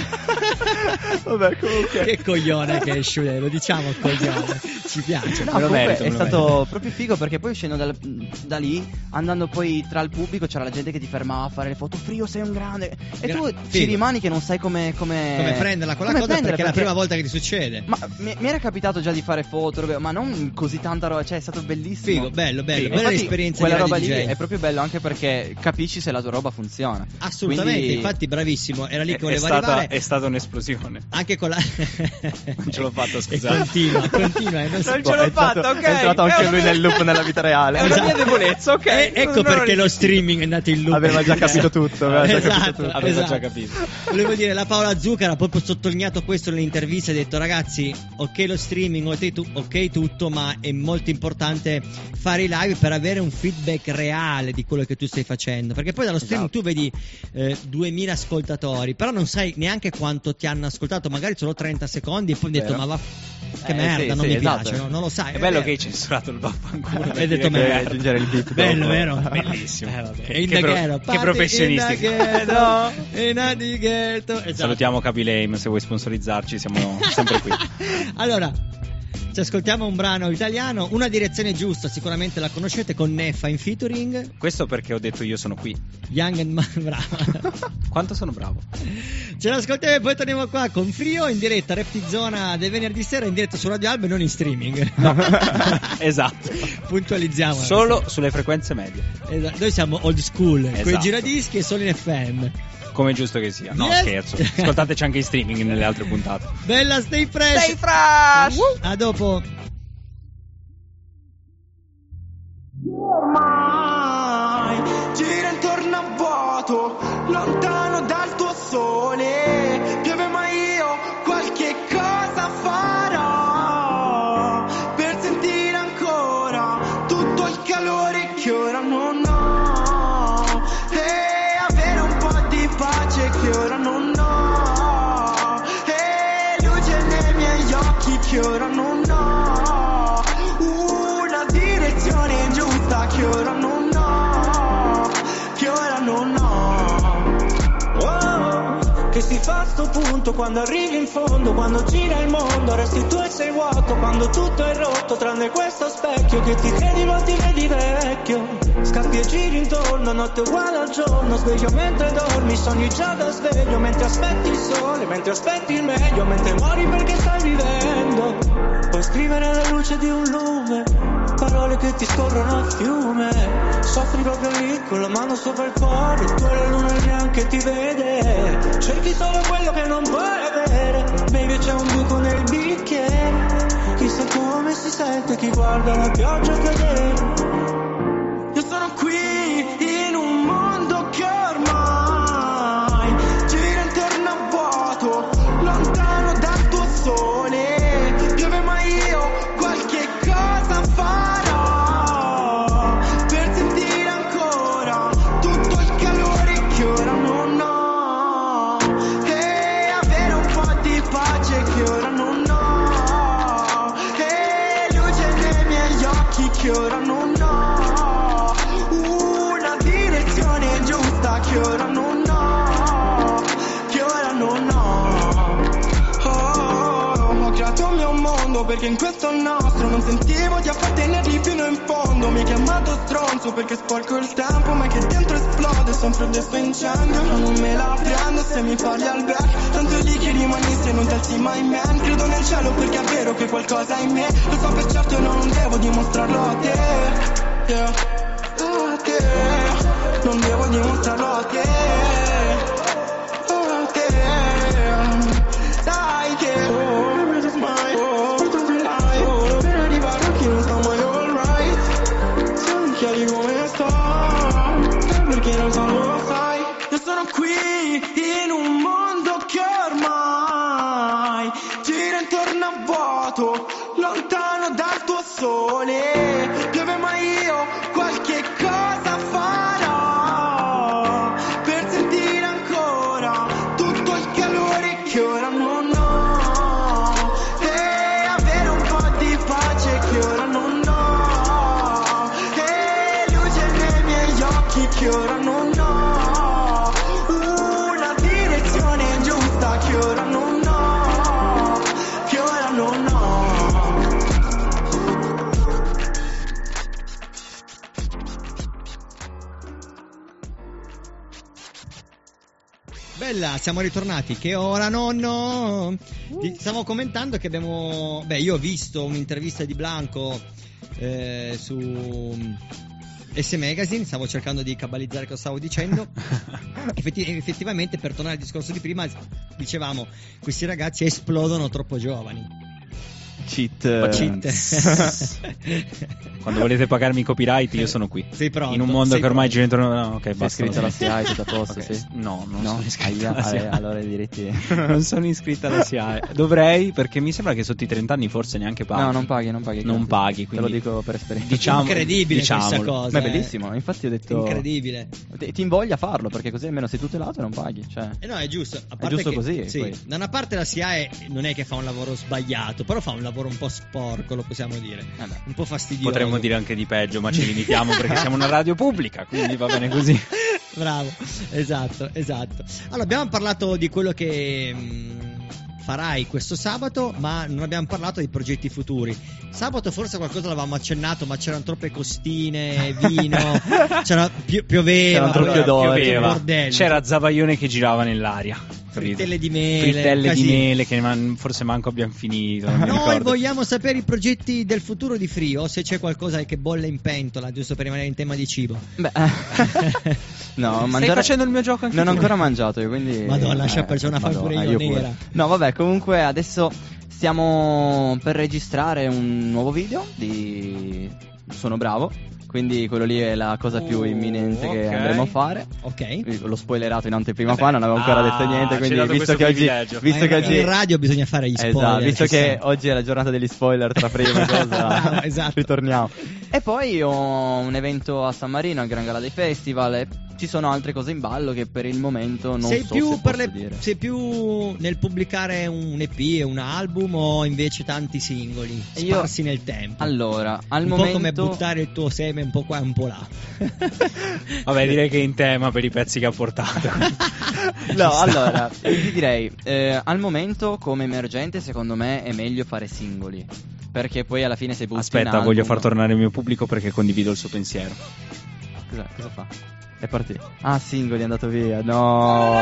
vabbè, comunque che coglione che è Shude, lo diciamo coglione, ci piace. No, comunque è stato proprio figo, perché poi uscendo da lì, andando poi tra il pubblico, c'era la gente che ti fermava a fare le foto. Frio, sei un grande. E tu ci rimani che non sai come prenderla quella cosa, perché è la prima volta che ti succede. Ma mi era capitato già di fare foto, ma non così tanta roba, cioè è stato bellissimo. Figo, bello. Quella è l'esperienza quella di roba DJ. lì è proprio bello, anche perché capisci se la tua roba funziona. Assolutamente. Quindi, infatti bravissimo, era lì che volevo arrivare. È stata un'esplosione. Anche con la non ce l'ho fatta, scusate. Continua, non ce l'ho fatta, ok. È entrato anche lui nel loop nella vita reale. È una mia debolezza, ok. Ecco perché lo streaming è andato in loop. Aveva già capito tutto. Aveva già capito. Volevo dire, la Paola Zuccara ha proprio sottolineato questo nell'intervista, ha detto ragazzi, ok lo streaming, ok tutto, ma è molto importante fare i live per avere un feedback reale di quello che tu stai facendo, perché poi dallo streaming tu vedi 2000 ascoltatori, però non sai neanche quanto ti hanno ascoltato, magari solo 30 secondi e poi hai detto ma va che merda, non mi piace, no? Non lo sai. È bello che hai censurato il vaffanculo. Hai detto merda. Aggiungere il beat. Bello, vero? Bellissimo. Che professionisti. Esatto. Salutiamo Capi Lame, se vuoi sponsorizzarci siamo sempre qui. Allora, ci ascoltiamo un brano italiano, Una direzione giusta, sicuramente la conoscete, con Neffa in featuring. Questo perché ho detto io sono qui. Young and bravo. Quanto sono bravo. Ce l'ascoltiamo e poi torniamo qua con Frio in diretta Repti Zona del venerdì sera, in diretta su Radio Alba e non in streaming. No. Esatto. Puntualizziamo. Solo sulle frequenze medie. Esatto. Noi siamo old school, quei giradischi e solo in FM. Come è giusto che sia. No, scherzo. Ascoltateci anche in streaming nelle altre puntate. Bella, stay fresh. Stay fresh. A dopo. Ormai gira intorno a vuoto, lontano dal tuo sole. Piove ma io qualche cosa farò per sentire ancora tutto il calore che ora non ho, e avere un po' di pace che ora non ho, e luce nei miei occhi che ora non ho, una direzione giusta che ora non ho, che ora non ho. Oh, che si fa sto punto? Quando arrivi in fondo, quando gira il mondo, resti tu e sei vuoto, quando tutto è rotto, tranne questo specchio che ti credi ma ti vedi vecchio. Scappi e giri intorno, notte uguale al giorno, sveglio mentre dormi, sogni già da sveglio, mentre aspetti il sole, mentre aspetti il meglio, mentre muori perché stai vivendo. Puoi scrivere alla luce di un lume, parole che ti scorrono a fiume, soffri proprio lì con la mano sopra il cuore, tu e la luna neanche ti vede, cerchi solo quello che non puoi avere, baby c'è un buco nel bicchiere, chissà come si sente chi guarda la pioggia cadere. Io sono qui in un mondo che ormai gira intorno a vuoto, lontano dal tuo sole, piove ma io qualche cosa farò per sentire ancora tutto il calore che ora non ho, e avere un po' di pace che ora non ho, e luce nei miei occhi che ora non ho, una direzione giusta che ora non ho, che ora non ho. Ho creato il mio mondo perché in questo nostro non sentivo di appartenergli fino in fondo. Mi hai chiamato stronzo perché sporco il tempo, ma che dentro esplode sempre adesso incendio. Ma non me la prendo se mi parli al back, tanto lì che rimani se non ti alzi mai man. Credo nel cielo perché è vero che qualcosa è in me, lo so per certo e non devo dimostrarlo a te, yeah. A te, non devo dimostrarlo a te, a te. Sai che questo smile, questo fly, ora per arrivare a chi non sta mai alright. Se non chiedi come sto, perché non so lo sai. Io sono qui in un mondo che ormai gira intorno a vuoto, lontano dal tuo sole, piove ma io qualche cosa farò per sentire ancora tutto il calore che ora non ho, e avere un po' di pace che ora non ho, e luce nei miei occhi che ora non ho, una direzione giusta che ora non ho, che ora non ho. Bella, siamo ritornati. Che ora nonno? Stavo commentando che abbiamo... Beh, io ho visto un'intervista di Blanco su S Magazine, stavo cercando di cabalizzare cosa stavo dicendo. Effettivamente, per tornare al discorso di prima, dicevamo, questi ragazzi esplodono troppo giovani. Cheat. Quando volete pagarmi copyright io sono qui. Sei pronto? In un mondo che ormai gira intorno. No, ok, sei basta. iscritto alla SIAE, tutto a posto, Okay. sì? No, non sono iscritto alla SIAE. Allora i diritti. Non sono iscritto alla SIAE. Dovrei, perché mi sembra che sotto i 30 anni forse neanche paghi. No, non paghi. Non paghi, Te lo quindi dico per esperienza. diciamo, incredibile questa diciamolo. cosa. Ma è bellissimo, infatti ho detto Incredibile. ti invoglia a farlo, perché così almeno sei tutelato e non paghi, cioè. No, è giusto. A È parte giusto che, così, sì, poi. da una parte la SIAE non è che fa un lavoro sbagliato, però fa un lavoro un po' sporco, lo possiamo dire. Un po' fastidioso. Potremmo dire anche di peggio, ma ci limitiamo perché siamo una radio pubblica, quindi va bene così. Bravo, esatto. Allora, abbiamo parlato di quello che farai questo sabato, ma non abbiamo parlato dei progetti futuri. Sabato forse qualcosa l'avevamo accennato, ma c'erano troppe costine, vino, pioveva, bordello. C'era Zabaione che girava nell'aria. Frittelle di mele, che forse manco abbiamo finito. Non mi Noi ricordo. vogliamo sapere i progetti del futuro di Frio, se c'è qualcosa che bolle in pentola, giusto per rimanere in tema di cibo. Beh, no, Stai facendo il mio gioco anche non ho tu? ancora mangiato io, quindi Madonna, lascia persona fare pure io nera. No, vabbè, comunque adesso stiamo per registrare un nuovo video di Sono Bravo. Quindi quello lì è la cosa più imminente che andremo a fare. Ok. L'ho spoilerato in anteprima qua, non avevo ancora detto niente. Quindi visto che oggi in radio bisogna fare gli spoiler. Esatto, visto che oggi è la giornata degli spoiler tra prima e cosa, esatto. ritorniamo. E poi ho un evento a San Marino al Gran Gala dei Festival. ci sono altre cose in ballo che per il momento non sei so più se posso dire. Sei più nel pubblicare un EP e un album o invece tanti singoli sparsi nel tempo? Allora, al un momento po' come buttare il tuo seme un po' qua e un po' là. Vabbè, direi che è in tema per i pezzi che ha portato. No, allora, ti direi, al momento come emergente secondo me è meglio fare singoli, perché poi alla fine se butti Aspetta, un voglio album... far tornare il mio pubblico perché condivido il suo pensiero. Cosa fa? È partito. Ah, singoli, è andato via. No.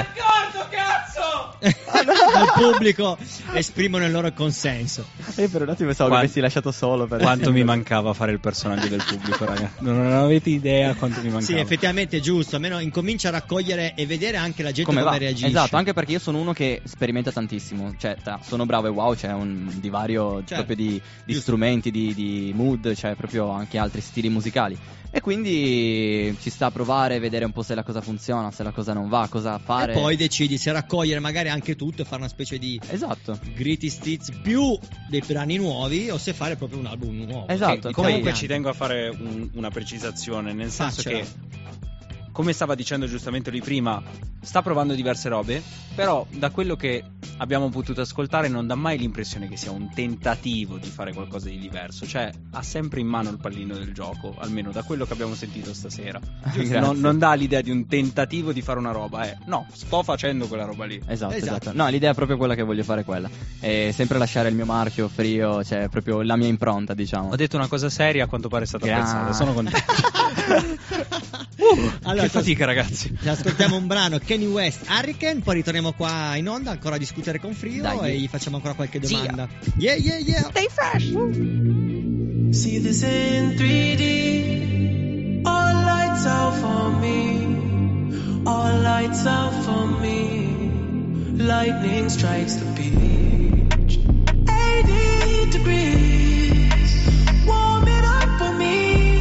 Al pubblico esprimono il loro consenso. Per un attimo pensavo che avessi lasciato solo per quanto mi mancava fare il personaggio del pubblico, raga. Non avete idea quanto mi mancava. Sì, effettivamente è giusto. Almeno incomincia a raccogliere e vedere anche la gente come reagisce. Esatto, anche perché io sono uno che sperimenta tantissimo. Cioè, sono bravo e wow, c'è un divario proprio di strumenti, di mood, cioè proprio anche altri stili musicali. E quindi ci sta a provare, vedere un po' se la cosa funziona, se la cosa non va, cosa fare. E poi decidi se raccogliere magari anche tutto e fare una specie di greatest hits più dei brani nuovi o se fare proprio un album nuovo. Esatto. Comunque ci tengo a fare una precisazione, nel senso che, come stava dicendo giustamente lui prima, sta provando diverse robe, però da quello che abbiamo potuto ascoltare non dà mai l'impressione che sia un tentativo di fare qualcosa di diverso, cioè ha sempre in mano il pallino del gioco, almeno da quello che abbiamo sentito stasera. Non dà l'idea di un tentativo di fare una roba, no, sto facendo quella roba lì. Esatto. No, l'idea è proprio quella che voglio fare, quella. E sempre lasciare il mio marchio frio, cioè proprio la mia impronta, diciamo. Ho detto una cosa seria, a quanto pare è stata apprezzata, sono contento. Allora, che fatica, ragazzi. Ci ascoltiamo un brano, Kanye West, Hurricane, poi ritorniamo qua in onda ancora a discutere con Frio e gli facciamo ancora qualche domanda. Yeah. Stay fresh. See this in 3D. All lights out for me. All lights out for me. Lightning strikes the beach. 80 degrees. Warm it up for me.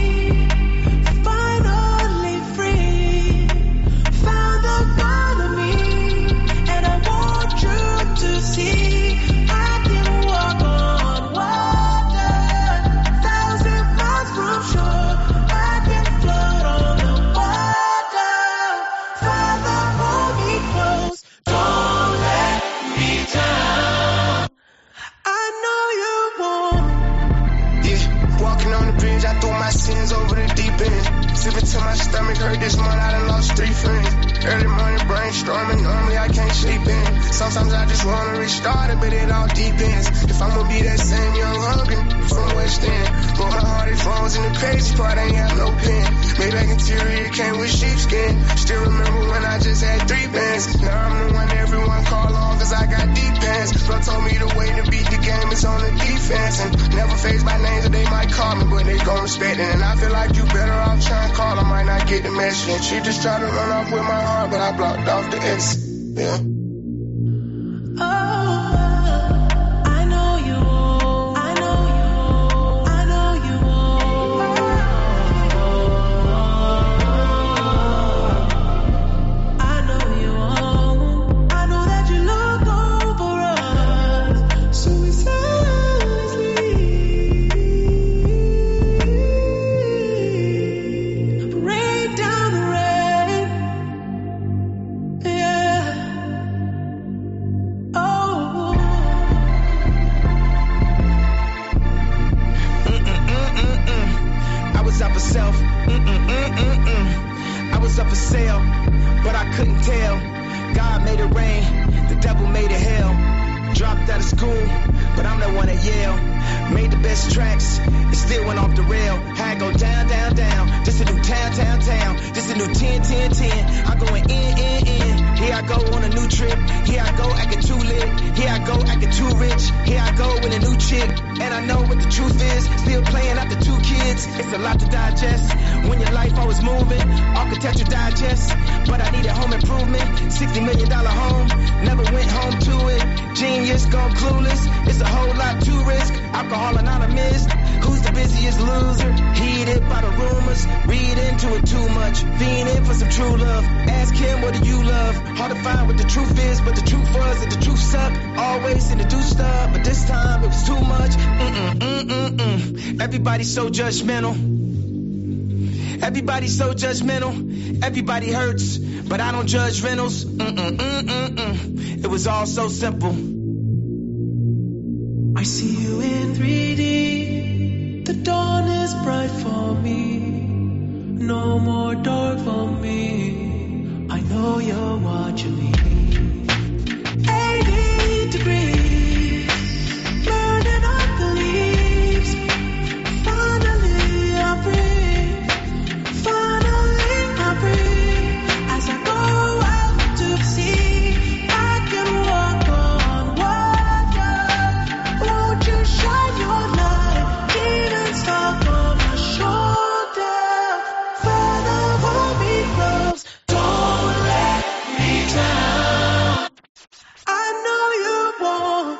Sipping to my stomach hurt this month, I done lost 3 friends. Early morning brainstorming, normally I can't sleep in. Sometimes I just wanna restart it, but it all depends. If I'ma be that same young Hogan from West End. But my heart is frozen, the crazy part ain't have no pen. Maybach interior came with sheepskin. Still remember when I just had 3 bands. Now I'm the one everyone call on cause I got deep pants. Bro told me the way to beat the game is on the defense. And never faced by names that they might call me, but they gon' respect it. And I feel like you better off trying to call, I might not get the message. And she just tried to run off with my heart, but I blocked off the exit. Yeah. Everybody's so judgmental. Everybody's so judgmental, everybody hurts, but I don't judge rentals. It was all so simple. I see you in 3D. The dawn is bright for me. No more dark for me. I know you're watching me. 80 degrees, burning up the leaves. Finally I breathe. Finally I breathe. As I go out to sea, I can walk on water. Won't you shine your light? Demons stuck on my shoulder. Father, hold me close. Don't let me down. I know you won't.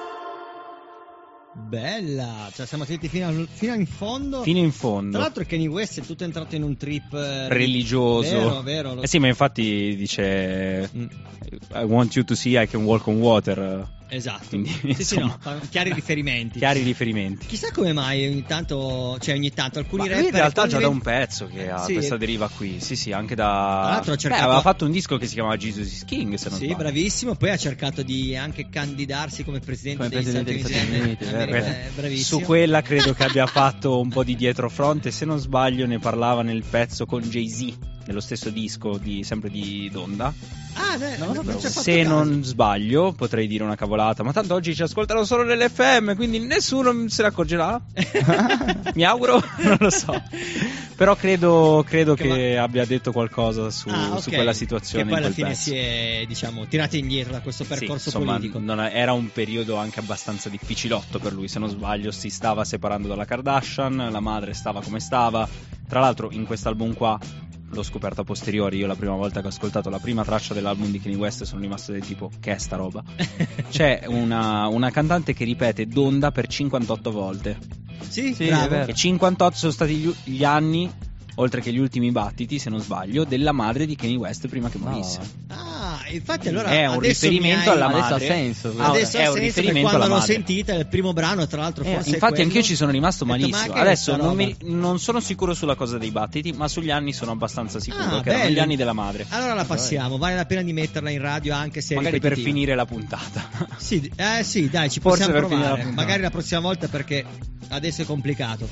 Bella, cioè siamo finiti fino in fondo. Fino in fondo. Tra l'altro Kanye West è tutto entrato in un trip religioso. Vero. Sì, ma infatti dice I want you to see I can walk on water. Esatto. Quindi, sì, insomma, no, chiari riferimenti. Chissà come mai ogni tanto alcuni rapper. Lui in realtà già da un pezzo che ha questa deriva qui. Sì, anche da. Tra l'altro ha cercato. Aveva fatto un disco che si chiamava Jesus is King, se non sbaglio. Bravissimo. Poi ha cercato di anche candidarsi come presidente degli Stati Uniti. Bravissimo. Su quella credo che abbia fatto un po' di dietrofront. E se non sbaglio, ne parlava nel pezzo con Jay-Z, nello stesso disco sempre di Donda. Se non sbaglio, potrei dire una cavolata, ma tanto oggi ci ascoltano solo nell'FM, quindi nessuno se ne accorgerà. Mi auguro, non lo so. Però credo che abbia detto qualcosa su quella situazione. Che poi alla fine pezzo. Si è, tirata indietro da questo percorso politico. Era un periodo anche abbastanza difficilotto per lui, se non sbaglio. Si stava separando dalla Kardashian, la madre stava come stava. Tra l'altro in quest'album qua l'ho scoperto a posteriori. Io la prima volta che ho ascoltato la prima traccia dell'album di Kanye West sono rimasto del tipo, che è sta roba? C'è una cantante che ripete Donda per 58 volte. Sì, è vero. E 58 sono stati gli anni, oltre che gli ultimi battiti, se non sbaglio, della madre di Kanye West prima che morisse. Infatti allora è un riferimento alla madre. Adesso ha senso. Adesso è ha un senso, riferimento quando alla l'ho madre. sentita il primo brano, tra l'altro forse infatti quello, anch'io ci sono rimasto malissimo. Adesso non non sono sicuro sulla cosa dei battiti, ma sugli anni sono abbastanza sicuro che bello. erano gli anni della madre. Allora la passiamo, vale la pena di metterla in radio anche se magari per ripetitiva. finire la puntata. Sì, dai, ci Forse possiamo per finire provare. la Magari la prossima volta, perché adesso è complicato.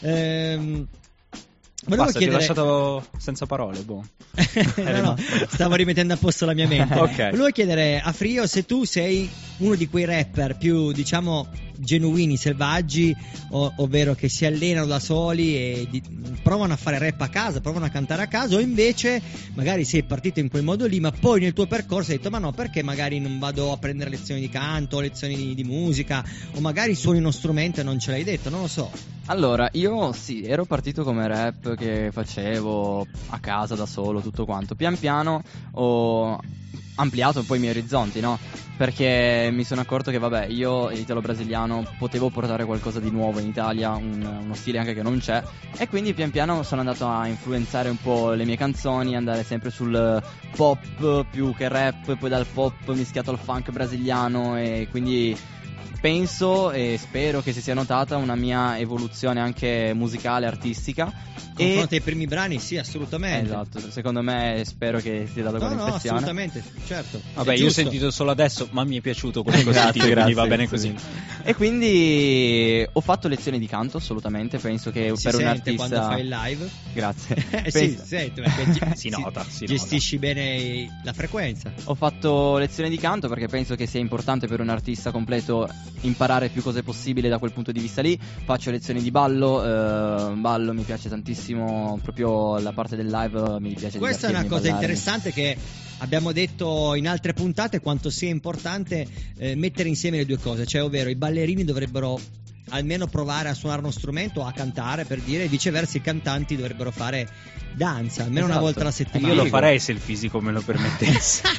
Basta, ti ho lasciato senza parole, boh. No, stavo rimettendo a posto la mia mente. Ok. Volevo chiedere a Frio se tu sei uno di quei rapper più, diciamo, genuini, selvaggi, ovvero che si allenano da soli e provano a fare rap a casa, provano a cantare a casa, o invece magari sei partito in quel modo lì, ma poi nel tuo percorso hai detto ma no, perché magari non vado a prendere lezioni di canto, lezioni di musica, o magari suoni uno strumento e non ce l'hai detto, non lo so. Allora, io ero partito come rap che facevo a casa da solo, tutto quanto. Pian piano ho ampliato un po' i miei orizzonti, no? Perché mi sono accorto che, vabbè, io italo-brasiliano potevo portare qualcosa di nuovo in Italia, uno stile anche che non c'è, e quindi pian piano sono andato a influenzare un po' le mie canzoni, andare sempre sul pop più che rap, poi dal pop mischiato al funk brasiliano, e quindi penso e spero che si sia notata una mia evoluzione anche musicale, artistica. Confronto ai primi brani, sì, assolutamente. Esatto, secondo me spero che sia dato quell'impressione. No, assolutamente, certo. Vabbè, io ho sentito solo adesso, ma mi è piaciuto quello che ho sentito, quindi va bene così. E quindi ho fatto lezioni di canto, assolutamente, penso che si per un sente artista... quando fai il live. Grazie. Sì, senti, perché si nota, gestisci bene la frequenza. Ho fatto lezioni di canto perché penso che sia importante per un artista completo imparare più cose possibile da quel punto di vista lì. Faccio lezioni di ballo, mi piace tantissimo, proprio la parte del live mi piace. Questa è una cosa interessante che abbiamo detto in altre puntate, quanto sia importante mettere insieme le due cose, cioè ovvero i ballerini dovrebbero almeno provare a suonare uno strumento o a cantare, per dire, e viceversa i cantanti dovrebbero fare danza almeno una volta alla settimana. Io lo farei se il fisico me lo permettesse.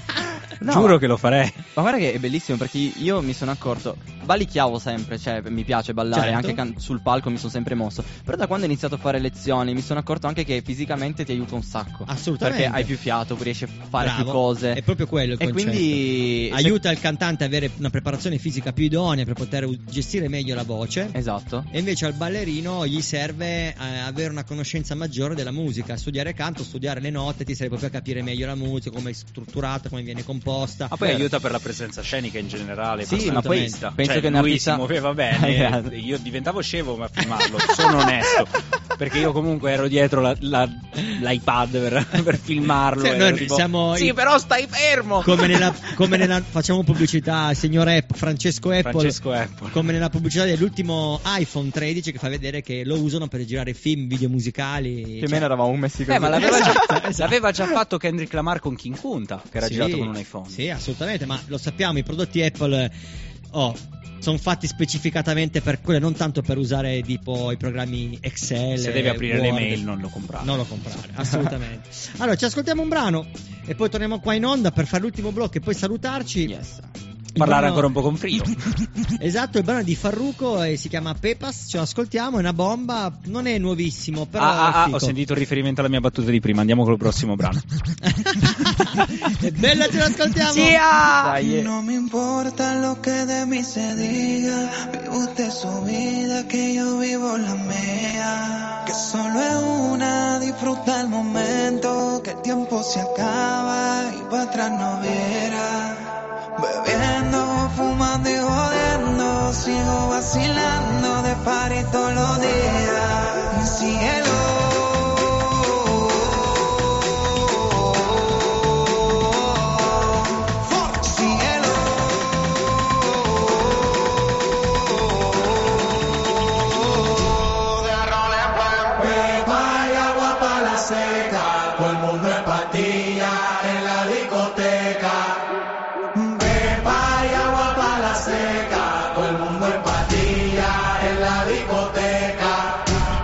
No. Giuro che lo farei. Ma guarda che è bellissimo, perché io mi sono accorto, ballicchiavo sempre, cioè mi piace ballare, Certo. anche sul palco mi sono sempre mosso. Però da quando ho iniziato a fare lezioni mi sono accorto anche che fisicamente ti aiuta un sacco. Assolutamente. Perché hai più fiato, riesci a fare Bravo. più cose. È proprio quello il E concetto. quindi aiuta il cantante a avere una preparazione fisica più idonea per poter gestire meglio la voce. Esatto. E invece al ballerino gli serve avere una conoscenza maggiore della musica, studiare canto, studiare le note, ti serve proprio a capire meglio la musica, come è strutturata, come viene composta. Ma poi aiuta per la presenza scenica in generale. Sì, ma poi assolutamente. penso Cioè, che un lui artista- si muoveva bene. Io diventavo scemo a filmarlo, sono onesto. Perché io comunque ero dietro l'iPad per filmarlo. Sì, ero noi tipo, siamo sì, però stai fermo. come nella facciamo pubblicità, signor Francesco Apple, come nella pubblicità dell'ultimo iPhone 13 che fa vedere che lo usano per girare film, video musicali. Più o meno eravamo messi così. Ma l'aveva, Esatto. l'aveva già fatto Kendrick Lamar con King Kunta, che era girato con un iPhone. Sì, assolutamente, ma lo sappiamo, i prodotti Apple sono fatti specificatamente per quello, non tanto per usare tipo i programmi Excel. Se devi aprire Word. le mail non lo comprare. Non lo comprare, assolutamente. Allora, ci ascoltiamo un brano e poi torniamo qua in onda per fare l'ultimo blocco e poi salutarci. Yes. Parlare ancora un po' con Frio. Esatto, il brano è di Farruko e si chiama Pepas, ce lo ascoltiamo, è una bomba, non è nuovissimo, però è figo. Ho sentito il riferimento alla mia battuta di prima, andiamo col prossimo brano. È bella, ce l'ascoltiamo. Sì, Dai. No me importa lo que de mí se diga, vive usted su vida, que yo vivo la mía. Que solo es una, disfruta el momento, que el tiempo se acaba y para atrás no verá. Bebiendo, fumando y jodiendo, sigo vacilando de party todos los días. Síguelo. Todo el mundo en pastilla en la discoteca. Pepa y agua para la seca. Todo el mundo en pastilla en la discoteca.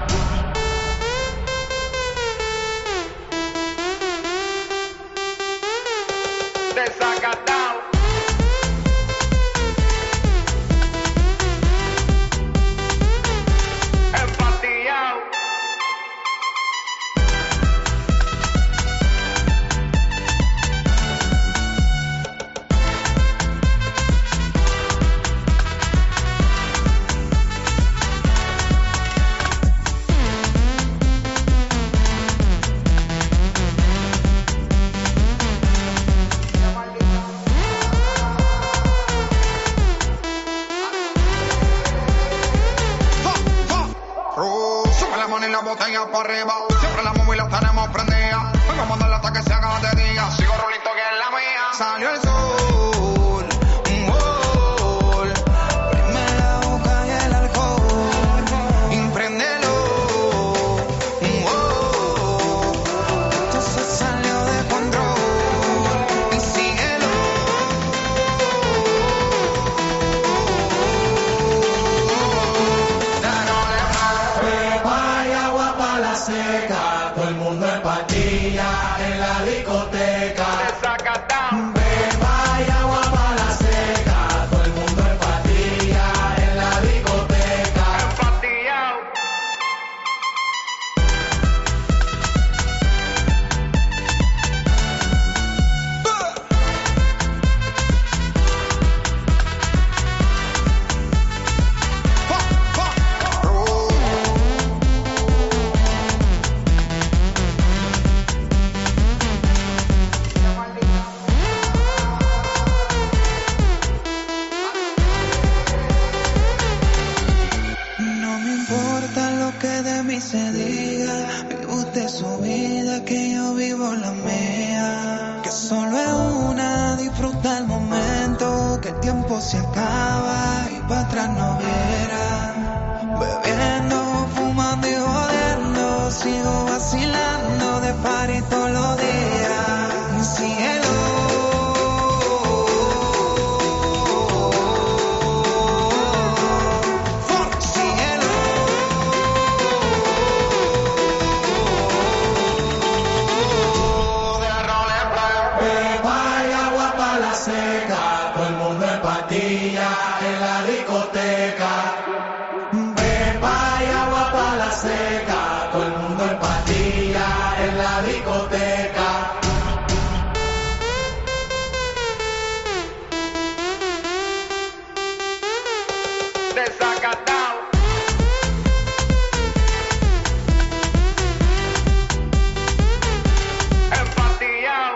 Desacatado. Empatillado. Sube la mano y la botella para arriba. Siempre la móvil la tenemos prendida. Vengo a mandarla hasta que se haga de día. Sigo rolito que es la mía. Salió el sol. Prime la boca y el alcohol. Impréndelo. Esto se salió de control. Y síguelo. Pepa y agua para la seca. Todo el mundo en pastilla en la discoteca. Pepa y agua para la seca. Todo el mundo en pastilla en la discoteca. No me importa lo que de mí se diga, vive usted su vida, que yo vivo la mía. Que solo es una, disfruta el momento, que el tiempo se acaba y para atrás no verá. Bebiendo, fumando y jodiendo, sigo vacilando de party todos los días. Síguelo. Pepa y agua para nella ricoteca. Desacatado. Empatillado.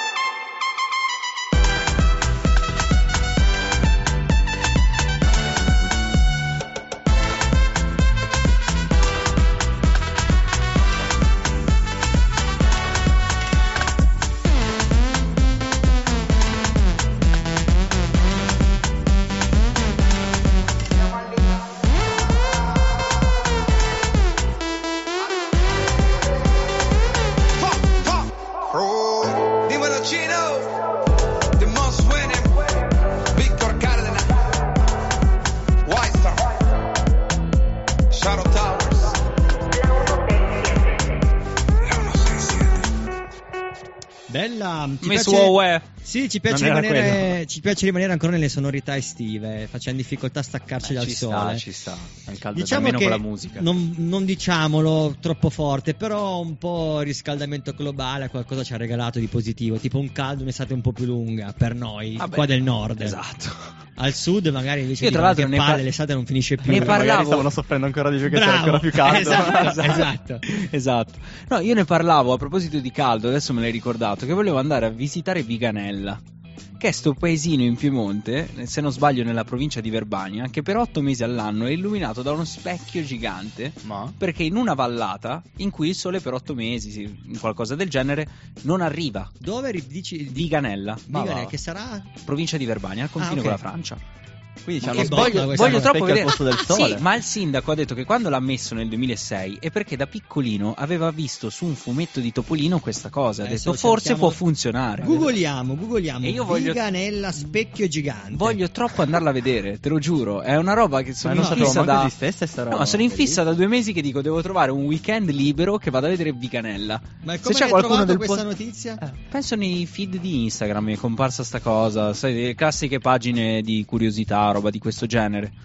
Dímelo Chino, the most winning, Víctor Cárdenas, White Shadow Towers. Bella. Miss Huawei. Sì, ci piace rimanere ancora nelle sonorità estive, facendo difficoltà a staccarci dal sole. Ci sta. È caldo, Diciamo almeno che con la musica. non diciamolo troppo forte, però un po' riscaldamento globale qualcosa ci ha regalato di positivo, tipo un caldo, un'estate un po' più lunga per noi, qua del nord. Esatto. Al sud magari invece Io tra l'altro che palle, l'estate non finisce più. Ne Magari parlavo. stavano soffrendo ancora di più che c'era ancora più caldo. Esatto. No, io ne parlavo a proposito di caldo, adesso me l'hai ricordato, che volevo andare a visitare Viganella, che è sto paesino in Piemonte, se non sbaglio nella provincia di Verbania, che per 8 mesi all'anno è illuminato da uno specchio gigante, perché in una vallata in cui il sole per 8 mesi, qualcosa del genere, non arriva. Dove dici? Viganella. Viganella, che sarà? Provincia di Verbania, al confine ok. con la Francia. Quindi c'è E uno voglio troppo vedere. al posto del sole. Sì, ma il sindaco ha detto che quando l'ha messo nel 2006 è perché da piccolino aveva visto su un fumetto di Topolino questa cosa. Ha detto forse può funzionare. Googliamo. E io voglio Viganella specchio gigante. Voglio troppo andarla a vedere, te lo giuro. È una roba che sono in fissa da. No, sono in fissa da 2 mesi che dico devo trovare un weekend libero che vada a vedere Viganella. Ma se come c'è hai qualcuno trovato del questa notizia? Penso nei feed di Instagram mi è comparsa sta cosa, sai, le classiche pagine di curiosità, roba di questo genere.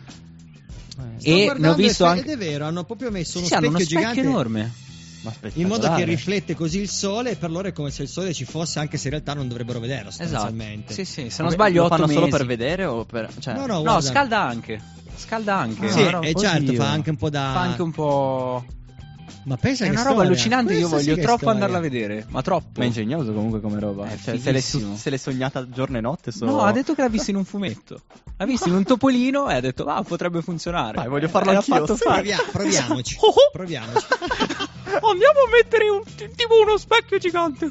E ne ho visto anche. Ed è vero, hanno proprio messo uno Sì, hanno specchio uno specchio gigante enorme. in modo che riflette così il sole, e per loro è come se il sole ci fosse, anche se in realtà non dovrebbero vederlo sostanzialmente. Sì, se non sbaglio 8 fanno mesi. solo per vedere o per No, no, scalda anche. Sì, e certo, fa anche un po' da. Fa anche un po'. Ma pensa è che una roba storia. allucinante, io Questa voglio sì che troppo storia. andarla a vedere, ma troppo. Ma è ingegnoso comunque come roba. Cioè, se l'è sognata giorno e notte No, ha detto che l'ha vista in un fumetto. L'ha vista in un topolino e ha detto potrebbe funzionare. Vai, voglio farlo l'ha anch'io. fatto fare. Proviamoci. Proviamoci. Andiamo a mettere tipo uno specchio gigante.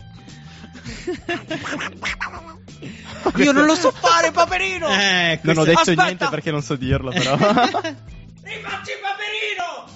Io non lo so fare, Paperino. Non ho detto Aspetta. niente perché non so dirlo, però. Rifacci Paperino.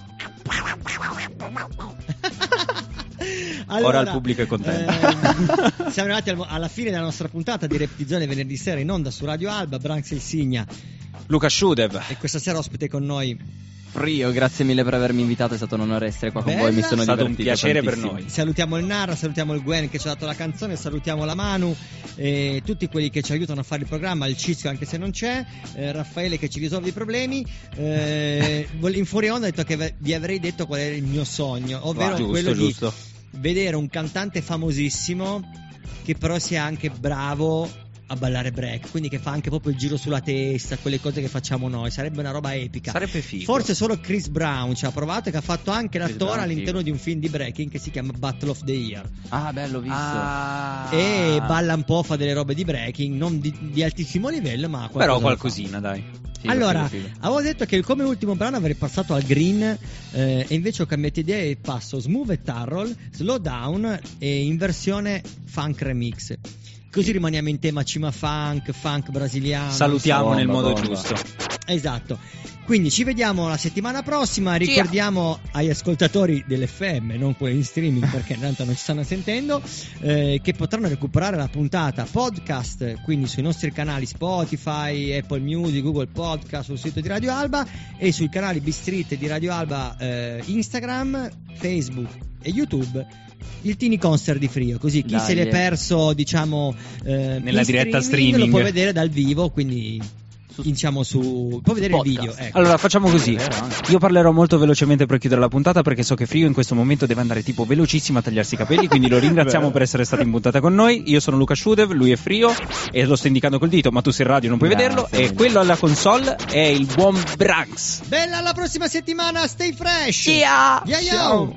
Allora, ora il pubblico è contento. Siamo arrivati alla fine della nostra puntata di Repetizione venerdì sera in onda su Radio Alba. Branx Ilsigna, Luca Shudev, e questa sera ospite con noi Rio, grazie mille per avermi invitato, è stato un onore essere qua con voi, mi sono è stato divertito un piacere tantissimo. per noi. Salutiamo il Narra, salutiamo il Gwen che ci ha dato la canzone, salutiamo la Manu e tutti quelli che ci aiutano a fare il programma, il Cizio anche se non c'è, Raffaele che ci risolve i problemi. In fuori onda ho detto che vi avrei detto qual era il mio sogno, ovvero quello di vedere un cantante famosissimo che però sia anche bravo a ballare break, quindi che fa anche proprio il giro sulla testa, quelle cose che facciamo noi. Sarebbe una roba epica. Sarebbe figo. Forse solo Chris Brown ci ha provato e che ha fatto anche l'attore all'interno di un film di breaking che si chiama Battle of the Year. Ah, bello, visto. E balla un po', fa delle robe di breaking, non di altissimo livello, ma però qualcosina, dai. Figo, allora, figo. avevo detto che come ultimo brano avrei passato al Green, e invece ho cambiato idea e passo Smooth e Tarrol, Slow Down e in versione funk remix. Così rimaniamo in tema cima funk brasiliano. Salutiamo nel modo giusto. Esatto. Quindi ci vediamo la settimana prossima. Ricordiamo agli ascoltatori dell'FM, non quelli in streaming perché intanto non ci stanno sentendo, che potranno recuperare la puntata podcast, quindi sui nostri canali Spotify, Apple Music, Google Podcast, sul sito di Radio Alba e sui canali B-Street di Radio Alba, Instagram, Facebook e YouTube. Il Tini Concert di Frio, così chi se l'è perso, diciamo, nella diretta streaming lo può vedere dal vivo, quindi diciamo puoi vedere podcast. il video, ecco. Allora facciamo così, io parlerò molto velocemente per chiudere la puntata, perché so che Frio in questo momento deve andare tipo velocissimo a tagliarsi i capelli, quindi lo ringraziamo per essere stato in puntata con noi. Io sono Luca Shudev, lui è Frio e lo sto indicando col dito, ma tu sei in radio, non puoi vederlo, e quello alla console è il buon Branks. Bella, alla prossima settimana, stay fresh. Ciao. Ciao.